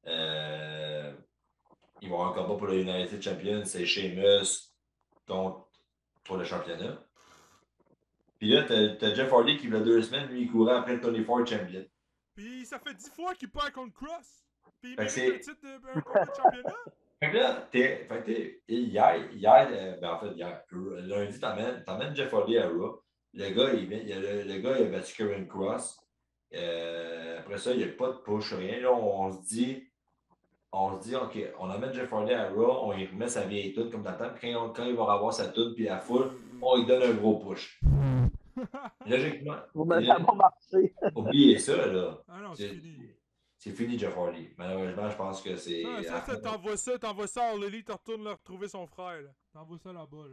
ils vont avoir un combat pour le United Champion, c'est Sheamus pour le championnat. Puis là, t'as Jeff Hardy qui, il y a 2 semaines, lui, il courait après le 24 Champion. Puis ça fait 10 fois qu'il perd contre Cross. Puis il mérite le titre de combat de championnat. Fait que là, hier, lundi, t'emmènes Jeff Hardy à Raw. Le gars, il a battu Karen Cross. Après ça, il n'y a pas de push, rien. Là, on se dit, OK, on amène Jeff Hardy à Raw, on lui remet sa vieille toune comme t'attends, puis quand il va avoir sa toune, puis la foule, on lui donne un gros push. Logiquement. Ça va marcher. Oubliez ça, là. Ah non, c'est fini. C'est fini, Jeff Hardy. Malheureusement, je pense que c'est. T'envoies ça à Lily, tu retournes le retrouver son frère. T'envoies ça là-bas. Là.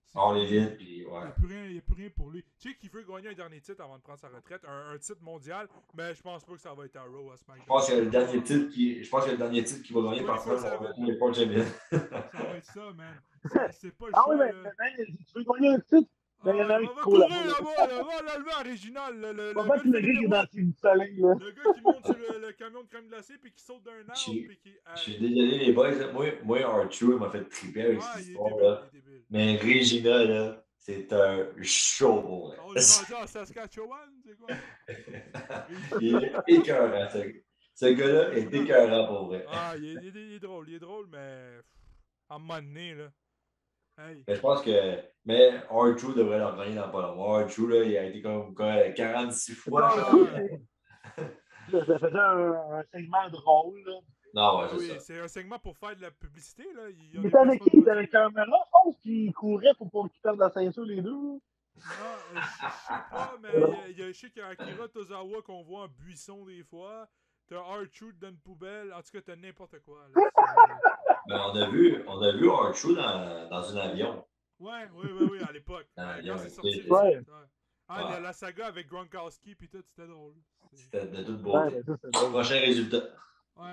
On l'évite, puis Il ouais. n'y a plus rien pour lui. Tu sais qu'il veut gagner un dernier titre avant de prendre sa retraite, un titre mondial, mais je pense pas que ça va être à Raw à SmackDown. Je pense que le dernier titre qu'il va gagner par ça, c'est le Paul Champion. Ça va être ça, man. C'est pas le Ah choix. oui, mais tu veux gagner un titre? Ben, il y en a un on qui va court courir là-bas. là-bas, va l'enlever à Réginal. Le On va gars battre de le gars qui Philippe est dans Leroy. une soleil, là. Le gars qui monte sur le camion de crème glacée puis qui saute d'un arbre. Puis qui. Je suis désolé, les boys. Moi R-Truth m'a fait triper avec cette histoire-là. Mais Regina, là, c'est un show pour elle. On est rendu en Saskatchewan, c'est quoi? Il est écœurant, ce gars-là est écœurant pour vrai. Ah, il est drôle, mais à un moment donné, là. Hey. Mais je pense que. Mais R-Truth devrait leur gagner dans pas longtemps. R-Truth, là, il a été comme 46 fois. Ça faisait un segment drôle, là. Non, ouais, c'est ça. C'est un segment pour faire de la publicité, là. Il était avec qui? Il était avec Caméra, je pense, qui courait pour pas qu'ils perdent la ceinture, les deux. Non, je sais pas, mais je sais qu'il y a Akira Tozawa qu'on voit en buisson des fois. T'as R-Truth dans une poubelle. En tout cas, t'as n'importe quoi. Là. Ben, on a vu R-Truth dans un avion. Oui, à l'époque. Quand c'est sorti. Ouais. La saga avec Gronkowski puis tout, c'était drôle. C'était de toute beauté. Ouais, Prochain résultat. Ouais,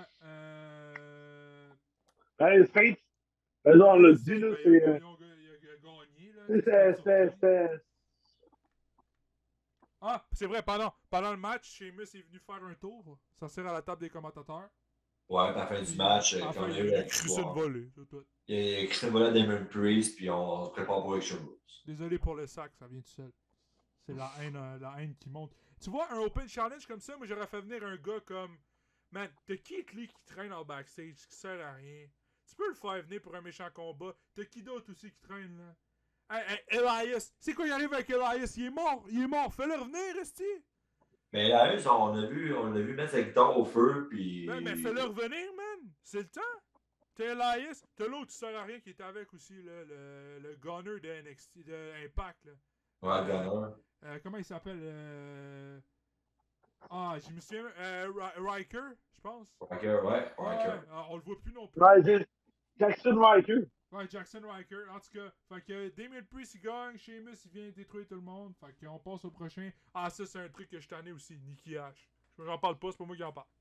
Saints, on l'a dit, là, c'est. Il a gagné, là. Ah, c'est vrai, pendant le match, Sheamus est venu faire un tour, s'asseoir à la table des commentateurs. Ouais, à la fin du match, quand il a crissé une volée, c'est tout. Il a crissé une volée à Damon Priest, puis on se prépare pour Extreme Rules. Désolé pour le sac, ça vient tout seul. C'est la haine qui monte. Tu vois, un Open Challenge comme ça, moi j'aurais fait venir un gars comme... Man, t'as Keith Lee qui traîne en backstage, qui sert à rien. Tu peux le faire venir pour un méchant combat. T'as qui d'autre aussi qui traîne, là? Hey, Elias, c'est quoi il arrive avec Elias? Il est mort, fais-le revenir, esti! Mais Elias, on l'a vu mettre sa guitare au feu, puis... Mais fais-le revenir, man! C'est le temps! T'as Elias, t'as l'autre qui sert à rien qui était avec aussi, là, le gunner de NXT, de Impact, là. Ouais, gunner. Comment il s'appelle? Je me souviens, Riker, je pense. Riker. On le voit plus non plus. Ouais, Jackson Riker. Ouais, Jackson Riker. En tout cas, fait que Damien Priest il gagne, Sheamus il vient détruire tout le monde. Fait qu'on passe au prochain. Ah, ça c'est un truc que je t'en ai aussi, Nikki H. J'en parle pas, c'est pas moi qui en parle.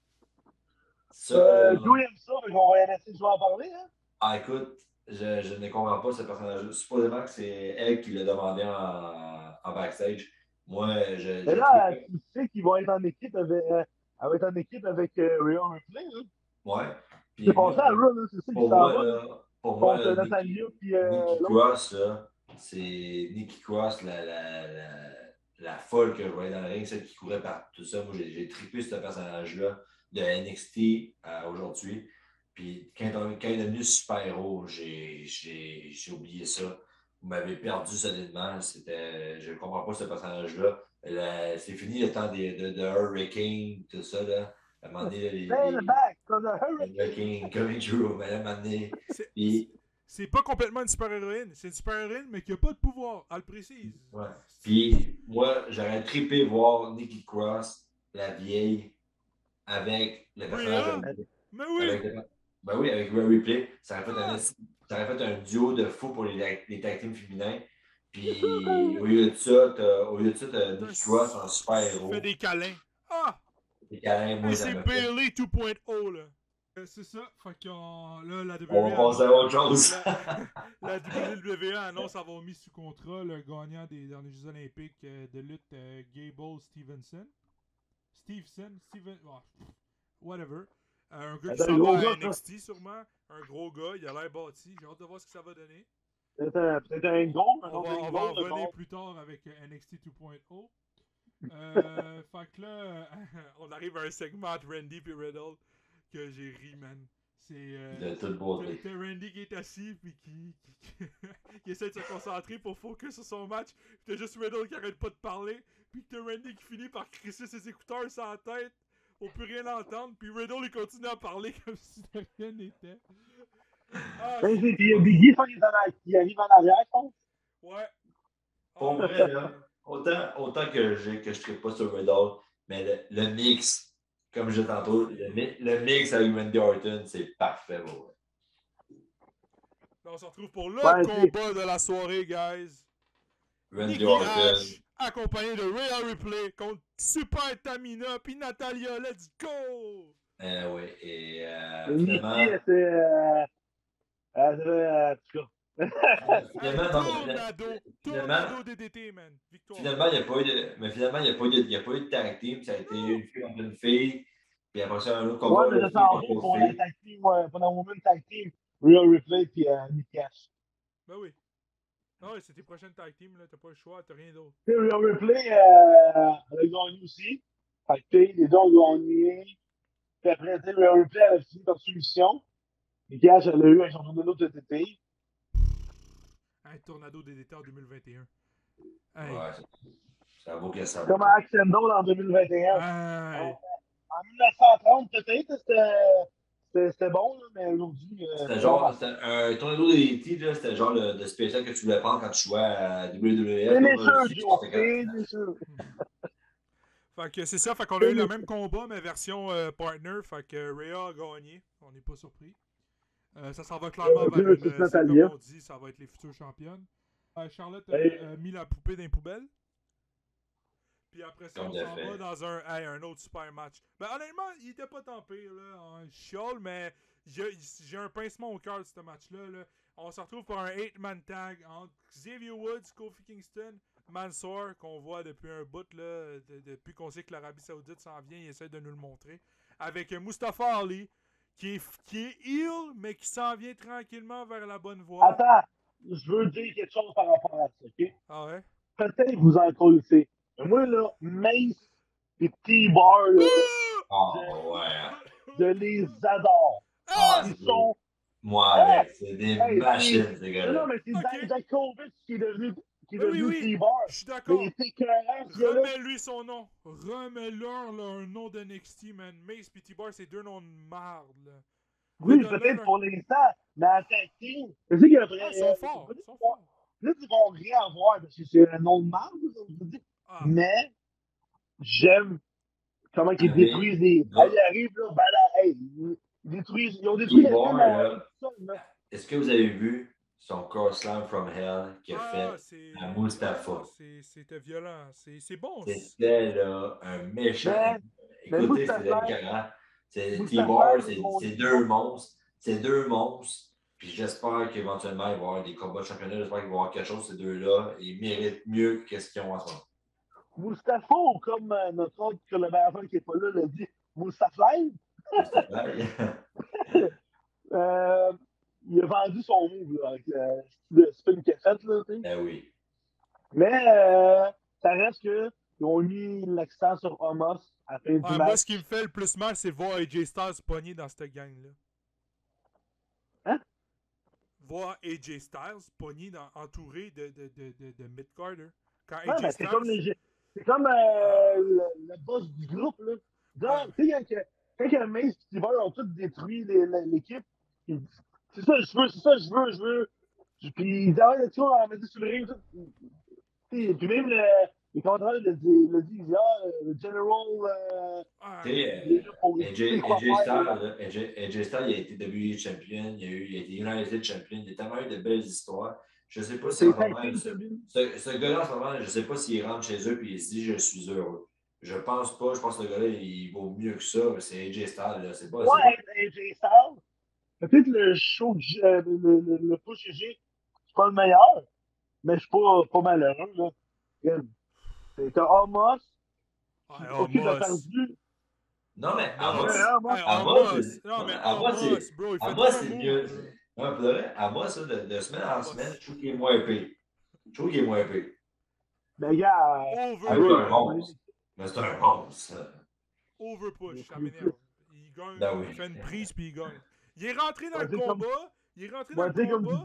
Joe aime ça, mais on va essayer de en parler, hein? Ah, écoute, je ne comprends pas ce personnage-là. Supposément que c'est elle qui l'a demandé en backstage. Moi, Mais là, tu sais qu'ils vont être en équipe avec, elle va être en équipe avec Rhea Ripley, hein? Ouais. C'est passé à Raw, c'est ça qui s'en va. Pour moi, Natalia, puis Nikki Cross, là, c'est Nikki Cross, la folle que je voyais dans le ring, celle qui courait par tout ça. Moi, j'ai trippé ce personnage-là de NXT aujourd'hui. Puis quand il est devenu super-héros, j'ai oublié ça. Vous m'avez perdu solidement. Je ne comprends pas ce personnage-là. C'est fini le temps de Hurricane, tout ça. Là. À un moment donné, Hurricane coming true, mais à un moment donné. C'est pas complètement une super-héroïne. C'est une super-héroïne, mais qui n'a pas de pouvoir. Elle le précise. Ouais. Puis moi, j'aurais trippé voir Nikki Cross, la vieille, avec le personnage. Mais oui! Avec Rhea Ripley. Ça aurait fait un duo de fou pour les tag teams féminins. Puis au lieu de ça, t'as Nikki Cross en super-héros. Fait des câlins. Ah! Des câlins, moi, c'est Bayley 2.0, là. C'est ça. Fait que là, la WWE. On va passer à autre chose. La WWE annonce avoir mis sous contrat le gagnant des derniers Jeux Olympiques de lutte Gable Stevenson. Whatever. Un gars qui s'en va à NXT sûrement. Un gros gars, il a l'air bâti. J'ai hâte de voir ce que ça va donner. Peut-être un gros. On va en revenir plus tard avec NXT 2.0. Fait que là, on arrive à un segment de Randy et Riddle que j'ai ri, man. C'est de toute beauté. T'as Randy qui est assis puis qui essaie de se concentrer pour focus sur son match. Puis t'as juste Riddle qui arrête pas de parler. Puis t'as Randy qui finit par crisser ses écouteurs sur la tête. On peut rien entendre. Puis Riddle il continue à parler comme si de rien n'était. Puis il y a Biggie qui arrive en arrière, je pense. Ouais. Pour vrai, là, autant que je ne tripe pas sur Riddle, mais le mix, comme je disais tantôt, le mix avec Randy Orton, c'est parfait. Là, on se retrouve pour le Ouais, combat de la soirée, guys. Randy Nikki Orton. Ash, accompagné de Rhea Ripley contre Super Tamina puis Natalia. Let's go! Oui, et Nikki, finalement. Finalement, non, mais Tornado DDT, man. Victoire. Finalement, il n'y a pas eu de. Mais finalement, il n'y a pas eu de tag team. Ça a été une fille contre une fille. Puis après ça, un autre combat. Ouais, mais ça s'en vient pour la tag team, pour la woman tag team. Real Replay puis Nikki Ash. Ben oui. Ah ouais, c'est tes prochaines tag team, là. T'as pas le choix, t'as rien d'autre. Real Replay, elle a gagné aussi. Fait que les deux ont gagné. Puis après, Real Replay, elle a fini par soumission. Nikki Ash, elle a eu un championnat de TT. Un Tornado DDT en 2021. Hey. Ouais, ça vaut que ça. Comme Accendo en 2021. Hey. En 1930, peut-être, c'était bon, là, mais aujourd'hui. C'était genre, un tornado DDT, là, c'était genre le spécial que tu voulais prendre quand tu jouais à WWE. C'est sûr. Fait que c'est ça, fait qu'on a eu le même combat, mais version partner. Fait que Rhea a gagné. On n'est pas surpris. Ça s'en va clairement vers comme on dit, ça va être les futures championnes. Charlotte a mis la poupée dans les poubelles. Puis après ça, on s'en va dans un autre super match. Ben honnêtement, il était pas tant pire, là, en chiole, mais j'ai un pincement au cœur de ce match-là. Là. On se retrouve pour un 8-man tag entre Xavier Woods, Kofi Kingston, Mansoor, qu'on voit depuis un bout, là, depuis qu'on sait que l'Arabie Saoudite s'en vient, il essaie de nous le montrer. Avec Mustafa Ali, qui est heel, mais qui s'en vient tranquillement vers la bonne voie. Attends, je veux dire quelque chose par rapport à ça, ok? Ah ouais? Peut-être que vous en connaissez. Mais moi, là, Mace et T-Bar, là, je les adore. Ils sont... Moi, avec, c'est des machines, ces gars-là. Non, mais c'est Dakovic qui est devenu T-Bar. Je suis d'accord. Remets-lui son nom. Remets-leur un nom de NXT, man. Mace et T-Bar, c'est deux noms de marde, là. Oui, peut-être pour l'instant, mais en tag team, je sais qu'il y a ils sont forts. Là, ils vont rien avoir parce que c'est un nom de marde, mais j'aime comment ils détruisent les. Ils arrivent là, ils ont détruit Est-ce que vous avez vu son Cross Slam from Hell qu'il a fait à Mustafa? C'était violent. C'est bon. C'était là un méchant. Écoutez, c'est écœurant. T-Bar, c'est deux monstres. C'est deux monstres. Puis j'espère qu'éventuellement, il va y avoir des combats de championnat. J'espère qu'il va y avoir quelque chose, ces deux-là. Ils méritent mieux que ce qu'ils ont en ce moment. Mustafa, ou comme notre autre collaborateur qui n'est pas là l'a dit, Mustaflaï. Il a vendu son move là, avec le spin qu'il a fait. Là, ben oui. Mais ça reste qu'ils ont mis l'accent sur Omos à la fin du match. Moi, ce qui me fait le plus mal, c'est de voir AJ Styles pogné dans cette gang-là. Hein? Voir AJ Styles pogné entouré de mid-carder. Ouais, c'est comme le boss du groupe. Là. Donc, tu sais, quand Mace et Steve ont tous détruit l'équipe, c'est ça, je veux. Puis ils disent, ah ouais, tu vois, on m'a dit sur le ring. Puis même les commentateurs le dit, le General. AJ Styles, il a été WWE champion, il a été United champion, il a tellement eu de belles histoires. Je ne sais pas si en ce moment, ce gars-là, en ce moment, je ne sais pas s'il rentre chez eux et il se dit je suis heureux. Je pense pas, je pense que le gars-là, il vaut mieux que ça. C'est AJ Styles, là. C'est pas. Ouais, AJ Styles. Peut-être le show, le push que j'ai, c'est pas le meilleur, mais je suis pas malheureux, là. T'as Omos. Ok, t'as perdu. Non, mais Amos, c'est mieux. Non, pour vrai, Amos, de semaine en semaine, je trouve qu'il est moins épais. Mais gars, c'est un monstre. Mais c'est un monstre. Overpush, ça m'énerve. Il gagne, il fait une prise puis il gagne. Il est rentré dans le combat.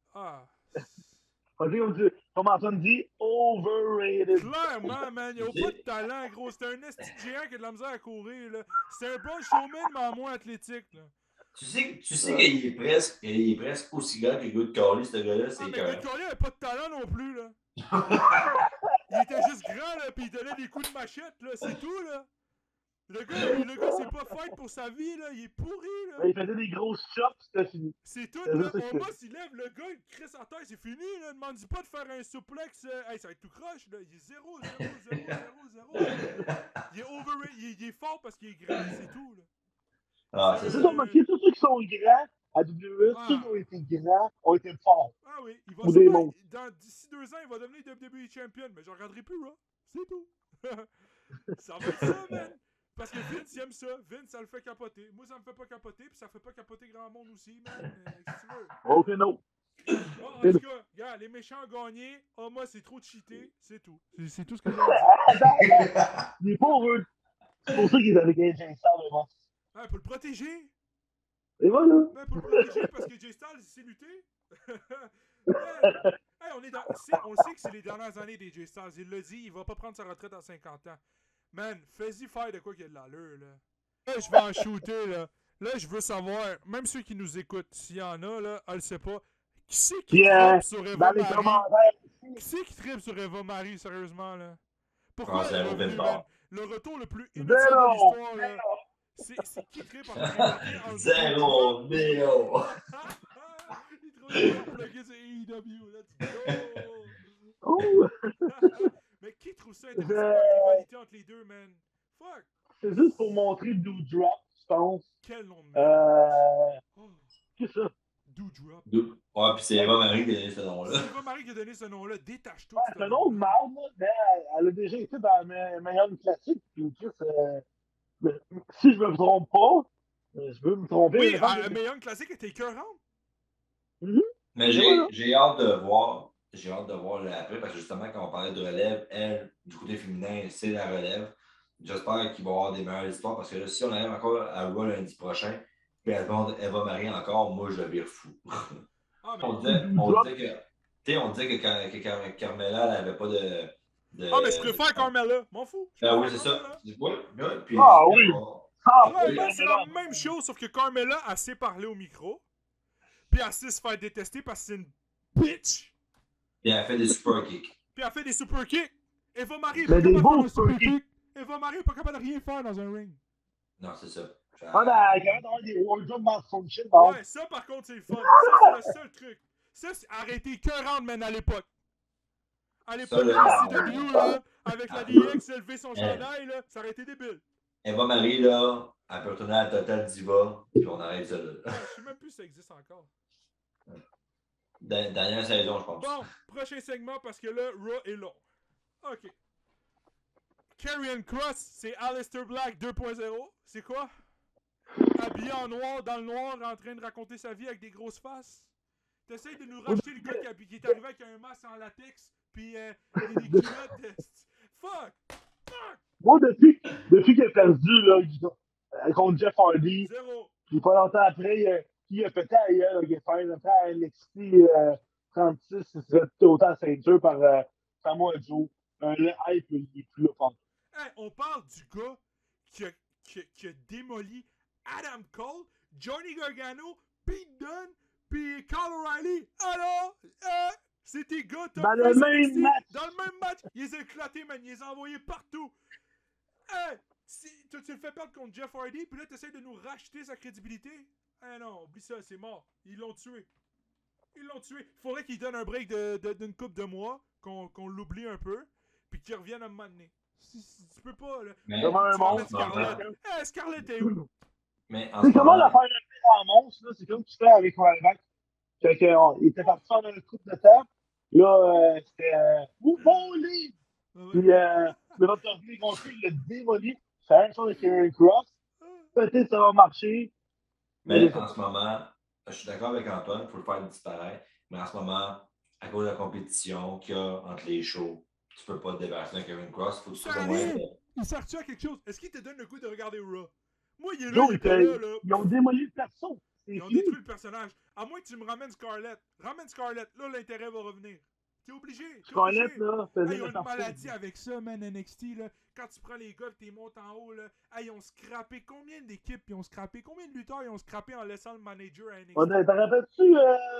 Comme Antoine dit, overrated. Clairement, man, il a pas de talent, gros. C'est un esti géant qui a de la misère à courir, là. C'est un bon showman, mais en moins athlétique, là. Tu sais qu'il est presque aussi grand que Good Carly, ce gars-là. Mais Good Carly avait pas de talent non plus, là. Il était juste grand, là, pis il donnait des coups de machette, là. C'est tout, là. Le gars, c'est pas fight pour sa vie, là. Il est pourri, là. Il faisait des grosses chops, c'était fini. C'est tout, là. Omos, il lève le gars, il crée sa tête, c'est fini, là. Demande-y pas de faire un suplex. Hey, ça va être tout croche, là. Il est 0. Il est overrated. Il est fort parce qu'il est grand, c'est tout, là. Ah, c'est ça. Tous ceux qui sont grands à WWE, ceux qui ont été grands, ont été forts. Ah oui, il va Ou des monstres. d'ici 2 ans, il va devenir WWE Champion, mais je regarderai plus, là. C'est tout. Ça va être ça, man. Parce que Vince, il aime ça. Vince, ça le fait capoter. Moi, ça me fait pas capoter, puis ça fait pas capoter grand monde aussi, man. Si tu veux. Ok, non. Bon, en tout cas, regarde, les méchants ont gagné. Moi, c'est trop cheaté. C'est tout. C'est tout ce que j'ai à dire. Il est pas heureux. C'est pour ça qu'il est avec AJ Styles devant. Ah, pour le protéger. Et voilà. Ben, pour le protéger, parce que Jay Styles, il sait lutter. Hey, on le sait que c'est les dernières années des Jay Styles. Il l'a dit, il va pas prendre sa retraite à 50 ans. Man, fais-y faire de quoi qu'il y a de l'allure, là. Là, je vais en shooter, là. Là, je veux savoir, même ceux qui nous écoutent, s'il y en a, là, elle le sait pas. Qui c'est qui tripe sur Eva Marie? Qui c'est qui tripe sur Eva Marie, sérieusement, là? Pourquoi elle est revenue, man? Le retour le plus inutile de l'histoire, là. C'est qui tripe en train Zéro, Néo! Il trouve qu'il va plugger sur AEW, let's go! Oh! Mais qui trouve ça intéressant, la rivalité entre les deux, man? Fuck! C'est juste pour montrer Doudrop, je pense. Quel nom de merde! Qu'est-ce que ça? Doudrop. Ouais, pis c'est Eva Marie qui a donné ce nom-là. C'est Eva Marie qui a donné ce nom-là. Détache-toi. Ouais, c'est un nom de marde, mais elle a déjà été dans la meilleure classique. Puis, si je me trompe pas, je veux me tromper. Oui, la meilleure classique était écœurante. Mais j'ai hâte de voir. J'ai hâte de voir après, parce que justement, quand on parlait de relève, elle, du côté féminin, c'est la relève. J'espère qu'il va y avoir des meilleures histoires, parce que là, si on arrive encore à Raw lundi prochain, puis elle va marier encore, moi, je le vire fou. On disait que Carmella, elle n'avait pas de. Ah, mais je préfère Carmella, m'en fous. Oui, c'est ça. Oui. C'est la même chose, sauf que Carmella, elle sait parler au micro, puis elle sait se faire détester parce que c'est une bitch. Puis elle fait des super kicks. Eva Marie est pas capable de faire un super kick. Eva Marie est pas capable de rien faire dans un ring. Non, c'est ça. Elle est capable d'avoir des wardrobe malfunction. Ouais, ça par contre, c'est le fun. Ça, c'est le seul truc. Ça, c'est arrêté écœurant, man, à l'époque. À l'époque de la CW, là, avec la DX, lever son chandail, là, ça aurait été débile. Eva Marie, là, elle peut retourner à la Total Diva, puis on arrête ça là. Je sais même plus si ça existe encore. Dernière saison, je pense. Bon, prochain segment parce que là, Raw est long. Ok. Karrion Kross, c'est Aleister Black 2.0. C'est quoi? Habillé en noir, dans le noir, en train de raconter sa vie avec des grosses faces. T'essayes de nous racheter le gars qui est arrivé avec un masque en latex, puis des culottes de... Fuck! Moi, depuis qu'il a perdu, là, contre Jeff Hardy, Zéro. puis pas longtemps après, il a pété ailleurs, il a fait après NXT 36, il se fait autant à ceinture par Samoa Joe. Le hype, il est plus là. Hey, on parle du gars qui a démoli Adam Cole, Johnny Gargano, Pete Dunne, puis Kyle O'Reilly. Alors, c'est tes gars top dans le même match. Dans le même match, ils les ont éclatés, man. Ils les ont envoyés partout. Hey, tu le fais perdre contre Jeff Hardy, puis là, tu essaies de nous racheter sa crédibilité. Eh non, oublie ça, c'est mort. Ils l'ont tué. Il faudrait qu'il donne un break d'une couple de mois, qu'on l'oublie un peu, puis qu'il revienne à un moment donné. Tu peux pas, là. Mais Scarlett. Scarlett est où? Mais c'est comment la faire un monstre, là? C'est comme tu fais avec Ryback. Fait qu'il était parti faire un coup de temps. Là, c'était bon livre! Puis, le Rotterdam contre lui, il l'a démoli. C'est la même chose avec Karrion Kross. Peut-être ça va marcher. Mais en ce moment, je suis d'accord avec Antoine, il faut le faire disparaître. Mais en ce moment, à cause de la compétition qu'il y a entre les shows, tu peux pas te débarrasser d'un Karrion Kross. Faut que tu trouves un moyen de... Il sert-tu à quelque chose? Est-ce qu'il te donne le goût de regarder Raw? Moi, il est là, il est pas là. Ils ont démoli le perso. Ils ont détruit le personnage. À moins que tu me ramènes Scarlett. Ramène Scarlett. Là, l'intérêt va revenir. T'es obligé. Scarlett, là, ils ont une maladie avec ça, man, NXT, là. Quand tu prends les gars et t'es montes en haut, là. Ils ont scrappé combien d'équipes ils ont scrappé? Combien de lutteurs ils ont scrappé en laissant le manager à NXT? T'en rappelles-tu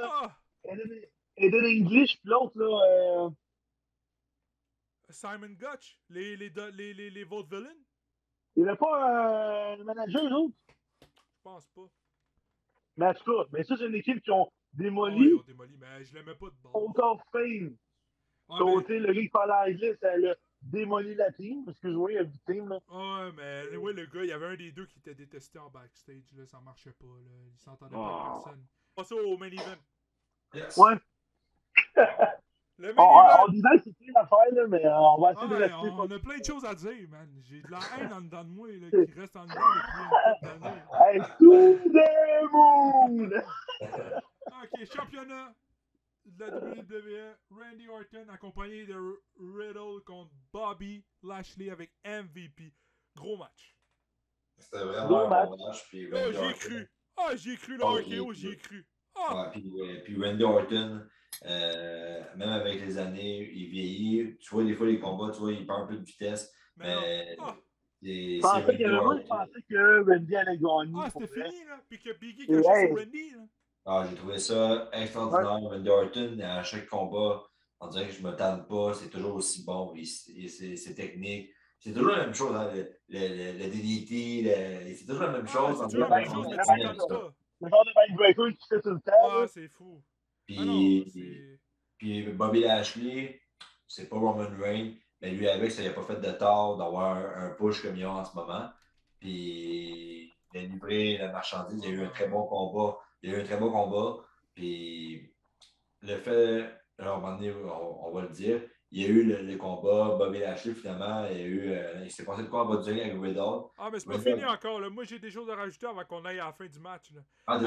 Eden English, puis l'autre, là... Simon Gotch, les Vaudevillains? Il n'y avait pas un manager, eux autres? Je pense pas. Mais en tout cas, mais ça, c'est une équipe qui ont Ah, démoli ils ont démoli, mais je l'aimais pas de base. Out of Fame. Ouais, Côté, le gars qui parlait anglais, ça a démoli la team. Excuse-moi, il y a du team, là. ouais, mais ouais, le gars, il y avait un des deux qui était détesté en backstage, là, ça marchait pas, là. Il s'entendait pas avec personne. Passons au main event. Yes. Ouais. Le main On event! disait que c'était une affaire, là, mais on va essayer de Ouais, rester. on a plein de choses à dire, man. J'ai de la haine en dedans de moi, là, qui reste en dedans depuis une couple d'années. Hey, to the moon! Ok, championnat de la WWE, Randy Orton accompagné de Riddle contre Bobby Lashley avec MVP. Gros match. C'était vraiment Gros un bon match. Puis Oh, Randy j'y ai Orton- cru. Ah, j'y ai cru, le Oh, RKO, j'y ai cru. Ah! Ouais, puis Randy Orton, même avec les années, il vieillit. Tu vois, des fois, les combats, tu vois, il perd un peu de vitesse. Mais non. Ah! Je pensais que Randy allait gagner. Ah, pour c'était vrai. fini, là. Puis que Biggie Et cachait hey. sur Randy, là. Ah, j'ai trouvé ça extraordinaire. Randy Orton, à chaque combat, on dirait que je ne me tanne pas. C'est toujours aussi bon. C'est technique. C'est toujours la même chose. Hein, le DDT, c'est toujours la même chose. C'est toujours la même chose, mais tu ne tannes pas. Le genre de backbreaker qui fait tout le temps. Ah, c'est fou. Puis Bobby Lashley, c'est pas Roman Reigns, mais lui avec, ça n'a pas fait de tort d'avoir un push comme il y a en ce moment. Puis il a livré la marchandise, il y a eu un très bon combat. Puis le fait, alors à un moment donné, on va le dire, il y a eu le combat, Bobby Lashley finalement, il s'est passé de quoi en bas du ring avec Riddle. Ah, mais c'est pas fini encore, là. Moi, j'ai des choses à rajouter avant qu'on aille à la fin du match, là. Ah,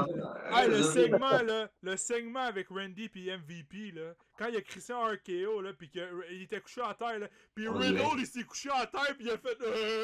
Le segment avec Randy puis MVP, là, quand il a crissé un RKO, là, puis qu'il était couché à terre, là, puis Riddle, il s'est couché à terre, puis il a fait...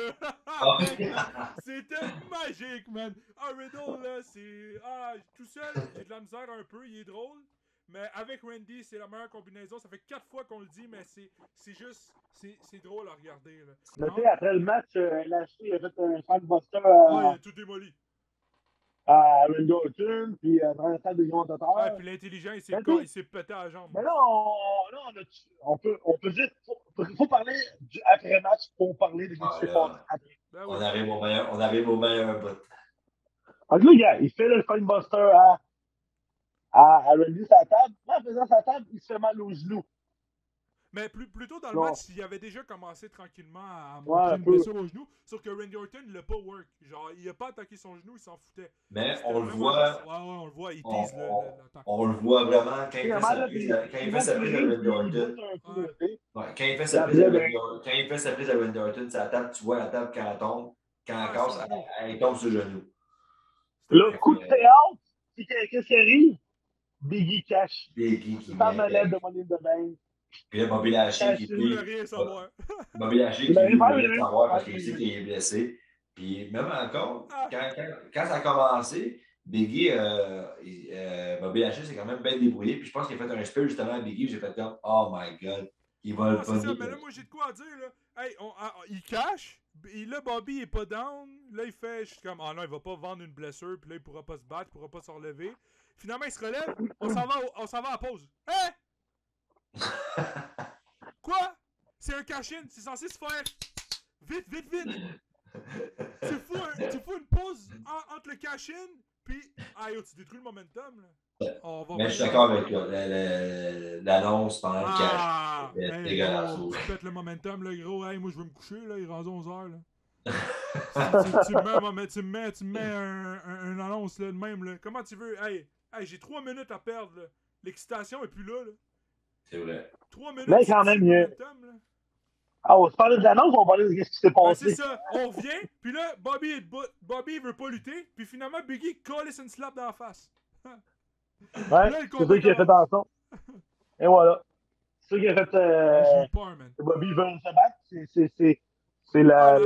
C'était magique, man! Ah, Riddle, là, c'est... Ah, tout seul, j'ai de la misère un peu, il est drôle. Mais avec Randy, c'est la meilleure combinaison. Ça fait 4 fois qu'on le dit, mais c'est juste... C'est drôle à regarder, là. Mais tu sais, après le match, Lashley a fait un Funkbuster il a tout démoli. À Randy Orton, puis dans la salle de commentateurs. Ouais, puis l'intelligent, il s'est pété à la jambe. Mais là, on peut dire, faut parler du après-match pour parler de ce qui s'est passé après. Ben on arrive au meilleur bout. Donc là, gars, il fait le Funkbuster à Randy sa table. En faisant sa table, il se fait mal aux genoux. Mais plutôt dans le match, il avait déjà commencé tranquillement à montrer une blessure au genou. Sauf que Randy Orton, il l'a pas work. Genre, il a pas attaqué son genou, il s'en foutait. Mais on le voit. On le voit, il tease l'attaque. On le voit vraiment quand il fait sa prise à Randy Orton. Quand il fait sa prise à Randy Orton, sa table, tu vois la table quand elle tombe. Quand elle casse, elle tombe sur le genou. Le coup de théâtre, qu'est-ce qui arrive? Biggie cash. Biggie qui met l'aide de Money in the Bank. Puis là, Bobby Lashley qui voulait rien savoir. Bobby Lashley qui voulait rien savoir parce qu'il sait qu'il est blessé. Puis même encore, quand ça a commencé, Biggie, Bobby Lashley s'est quand même bien débrouillé. Puis je pense qu'il a fait un spell justement à Biggie. J'ai fait comme, oh my god, il va le c'est ça, mais là, moi j'ai de quoi dire. Là. Hey, il cache. Et là, Bobby est pas down. Là, il fait, je suis comme, ah non, il va pas vendre une blessure. Puis là, il pourra pas se battre, il pourra pas se relever. Finalement, il se relève. On s'en va à pause. Hein? Quoi? C'est un cash-in, c'est censé se faire vite. Tu fous une pause entre le cash-in, puis tu détruis le momentum. Là. Mais je suis d'accord avec toi. L'annonce pendant le cash. C'est dégueulasse. Tu pètes le momentum, là, gros. Hey, moi, je veux me coucher, là, il est rendu 11h. Là. tu me mets un annonce là, de même. Là. Comment tu veux? Hey, j'ai 3 minutes à perdre. Là. L'excitation est plus là. C'est vrai. 3 minutes. Mais quand même mieux. On se parlait de l'annonce ou on parlait de ce qui s'est passé? C'est ça. On revient, puis là, Bobby veut pas lutter, puis finalement, Biggie colle une slap dans la face. Ouais, c'est ça qui a fait dans son. Et voilà. C'est ça qui a fait. Bobby veut se battre. C'est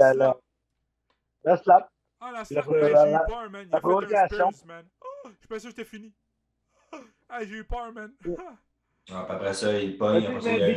la slap. Ah, la slap. J'ai eu peur, man. Il a fait un Spurs, man. Oh, je pensais que c'était fini. J'ai eu peur, man. Après ça, il pogne.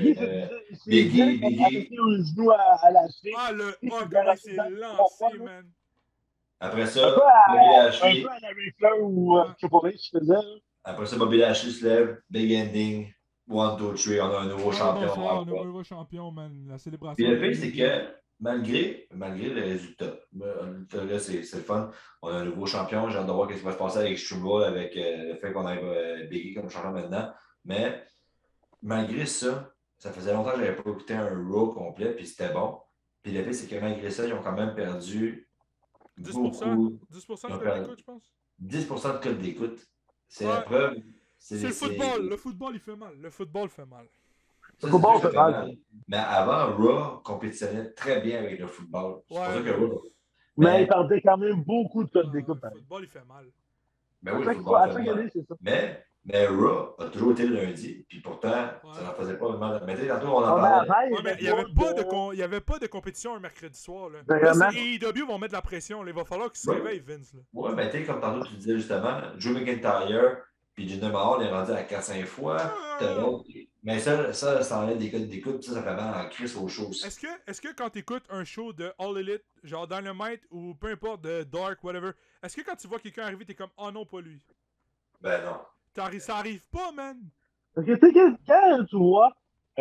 Biggie. Le genou à Lashley. Comment il s'est lancé, man. Après ça, Bobby Lashley. Un peu à la Ric ou Triple H, je faisais. Après ça, Bobby Lashley se lève. Big ending. 1, 2, 3. On a un nouveau champion. On a un nouveau champion, man. La célébration. Puis le fait, c'est que malgré le résultat. Là, c'est le fun. On a un nouveau champion. J'ai hâte de voir ce qui va se passer avec Strubble, avec le fait qu'on ait Biggie comme champion maintenant. Mais malgré ça, ça faisait longtemps que je n'avais pas écouté un Raw complet, puis c'était bon. Puis le fait, c'est que malgré ça, ils ont quand même perdu 10%? beaucoup. 10% Ils de ont code perdu d'écoute, je pense. 10% de code d'écoute. C'est la Ouais. preuve. C'est le football. Le football, il fait mal. Le football fait mal. Ça, Le football, c'est sûr que c'est ça fait mal. mal. Mais avant, Raw compétitionnait très bien avec le football. C'est pour ça que Raw. Mais il perdait quand même beaucoup de code d'écoute. Le football, il fait mal. Ben oui, À le football fait chaque mal. année, c'est ça. Mais Raw a toujours été le lundi, puis pourtant, ça leur faisait pas vraiment. Mais tu sais, tantôt, on en parlait. Ouais, mais il n'y avait pas de compétition un mercredi soir. Là, Vraiment? AEW vont mettre la pression. Là. Il va falloir qu'ils se Ouais. réveillent, Vince. Là. Ouais, ben tu sais, comme tantôt tu disais justement, Drew McIntyre puis Jinder Mahal est rendu à 4-5 fois. Mais ça enlève des codes d'écoute, ça fait mal en crise aux choses. Est-ce que quand tu écoutes un show de All Elite, genre Dynamite ou peu importe, de Dark, whatever, est-ce que quand tu vois quelqu'un arriver, t'es comme, oh non, pas lui? Ben non. Ça arrive pas, man! Parce que tu sais, quand tu vois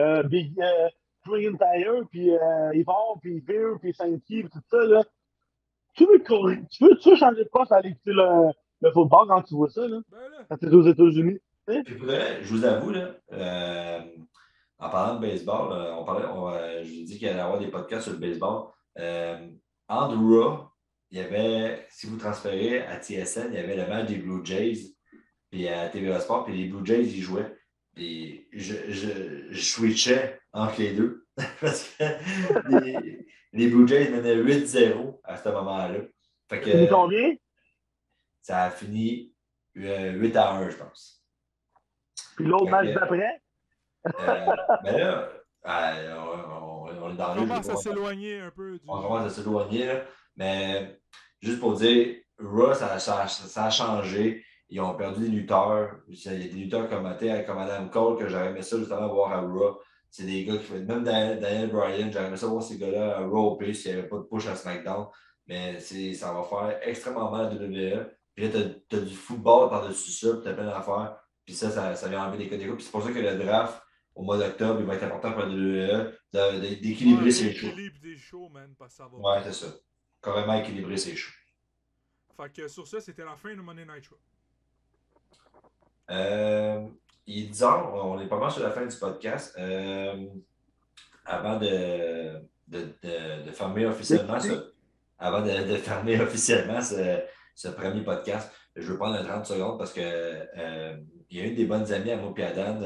Drew McIntyre, puis Yvon, puis Veer, puis Sankey, puis tout ça, là, tu veux changer de poste à aller écouter le football quand tu vois ça, là? Ben là. Quand tu es aux États-Unis. Puis pour vrai, je vous avoue, là, en parlant de baseball, je vous ai dit qu'il allait y avoir des podcasts sur le baseball. Entre Raw, il y avait, si vous transférez à TSN, il y avait le match des Blue Jays, puis à TVA Sport, puis les Blue Jays, ils jouaient. Puis je switchais entre les deux. Parce que les Blue Jays menaient 8-0 à ce moment-là. Fait que, Tu combien? ça a fini 8-1, je pense. Puis l'autre match d'après? Mais là, on est dans On commence à s'éloigner un peu. On commence à s'éloigner, là. Mais juste pour dire, Raw, ça a changé. Ils ont perdu des lutteurs. Il y a des lutteurs comme Adam Cole que j'aurais aimé ça justement voir à Raw. C'est des gars qui font. Même Daniel Bryan, j'aurais aimé ça voir ces gars-là à Raw plus s'il n'y avait pas de push à SmackDown. Mais ça va faire extrêmement mal à WWE. Puis là, tu as du football par-dessus ça, puis tu as plein d'affaires. Puis ça vient enlever des codes d'écoute. Puis c'est pour ça que le draft, au mois d'octobre, il va être important pour la WWE d'équilibrer ses shows. D'équilibre des shows, man, parce que ça va. Ouais, c'est ça. Carrément équilibrer ses shows. Fait que sur ça, c'était la fin de Monday Night Raw. Il est 10h, on est pas mal sur la fin du podcast. Avant de fermer officiellement ce premier podcast, je veux prendre 30 secondes parce que il y a une des bonnes amies à moi et à Dan,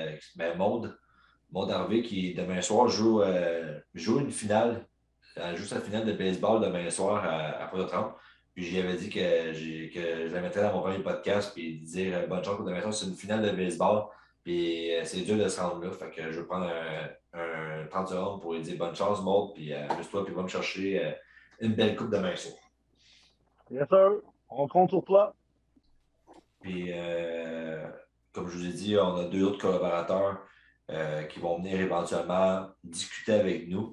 Maud Harvey, qui demain soir joue une finale. Elle joue sa finale de baseball demain soir à Port 30. Puis j'y avais dit que je la mettrais dans mon premier podcast puis dire bonne chance pour demain soir. C'est une finale de baseball. Puis c'est dur de se rendre là. Fait que je vais prendre un 30 secondes pour lui dire bonne chance, Maud. Puis amuse-toi, puis va me chercher une belle coupe demain soir. Yes, sir. On compte sur toi. Puis comme je vous ai dit, on a 2 autres collaborateurs qui vont venir éventuellement discuter avec nous.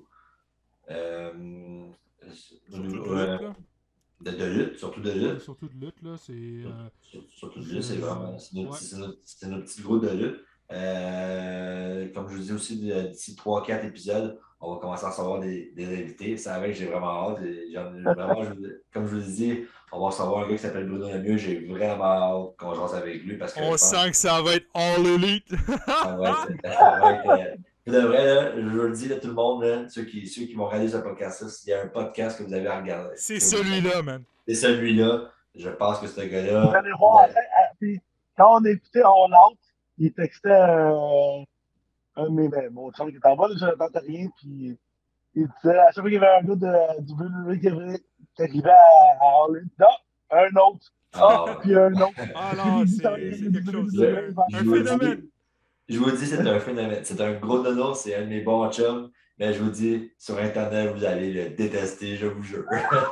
De lutte, surtout de lutte. Ouais, surtout de lutte, là, c'est... Surtout de lutte, c'est vraiment... C'est notre petit groupe de lutte. Comme je vous dis aussi, d'ici 3-4 épisodes, on va commencer à recevoir des invités. Ça avec, j'ai vraiment hâte. Comme je vous ai dit, on va recevoir un gars qui s'appelle Bruno Lemieux. J'ai vraiment hâte qu'on jase avec lui. Parce que on sent que ça va être All Elite. ça va être de vrai, là, je vous le dis, là, tout le monde, là, ceux qui vont regarder ce podcast-là, s'il y a un podcast que vous avez à regarder. C'est celui-là, man. C'est celui-là. Je pense que ce gars-là. Vous allez voir, puis quand on écoutait On Out, il textait un de mes mon chum qui est en bas, je n'entendais rien, puis il disait à chaque fois qu'il y avait un gars du WWE qui arrivait à Hollywood, non, un autre, puis un autre. Ah non, c'est quelque chose. Un phénomène. Je vous dis, c'est un phénomène. C'est un gros dono, c'est un de mes bons chums. Mais je vous dis, sur Internet, vous allez le détester, je vous jure.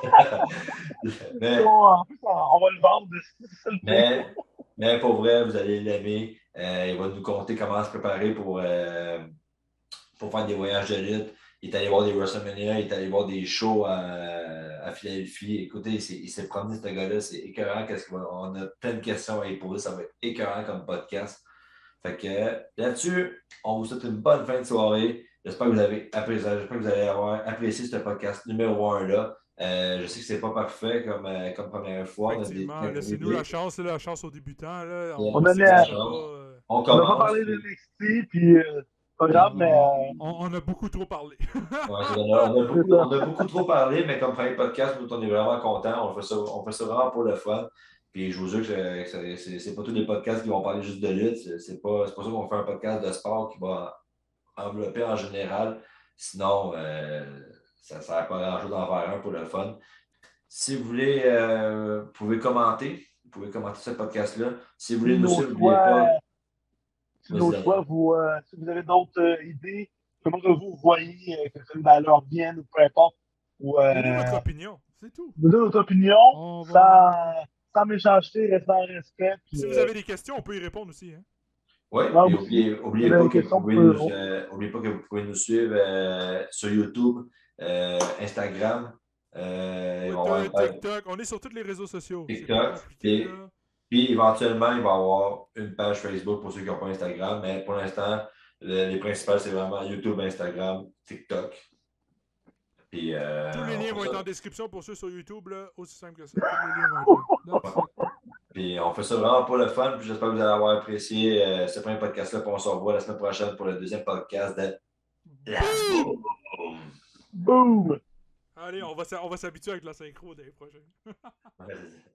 En plus, on va le vendre. Mais pour vrai, vous allez l'aimer. Il va nous conter comment se préparer pour faire des voyages de lutte. Il est allé voir des WrestleMania, il est allé voir des shows à Philadelphie. Écoutez, il s'est promené, ce gars-là. C'est écœurant. On a plein de questions à y poser. Ça va être écœurant comme podcast. Fait que là-dessus, on vous souhaite une bonne fin de soirée. J'espère que vous avez apprécié, j'espère que vous allez avoir apprécié ce podcast numéro 1 là. Je sais que c'est pas parfait comme première fois. Effectivement, laissez-nous la chance aux débutants. Là. On On a sait la les- chance. On On n'a pas commence. parlé de NXT, puis pas grave, mais On a beaucoup trop parlé. Ouais, on a beaucoup trop parlé, mais comme premier podcast, nous, on est vraiment contents. On fait ça vraiment pour le fun. Puis je vous jure que c'est pas tous les podcasts qui vont parler juste de lutte. C'est pas ça qu'on fait un podcast de sport qui va envelopper en général. Sinon, ça ne sert pas à grand-chose d'en faire un pour le fun. Si vous voulez, vous pouvez commenter. Vous pouvez commenter ce podcast-là. Si vous voulez nous suivre, n'oubliez pas. Si nos choix, si vous avez d'autres idées, comment que vous voyez que ça leur vienne ou peu importe. Donnez votre opinion, c'est tout. Vous donnez votre opinion sans méchanceté, restant en respect. Puis, si vous avez des questions, on peut y répondre aussi. Hein? Oui, n'oubliez pas que vous pouvez nous suivre sur YouTube, Instagram, TikTok. On est sur tous les réseaux sociaux. TikTok. Puis éventuellement, il va y avoir une page Facebook pour ceux qui n'ont pas Instagram, mais pour l'instant, les principales, c'est vraiment YouTube, Instagram, TikTok. Puis, tous les liens vont être en description pour ceux sur YouTube, là, aussi simple que ça. Tous les liens vont être là. Puis on fait ça vraiment pour le fun. Puis j'espère que vous allez avoir apprécié ce premier podcast-là. Puis on se revoit la semaine prochaine pour le deuxième podcast de Boom! Boom! Allez, on va s'habituer avec la synchro des prochains.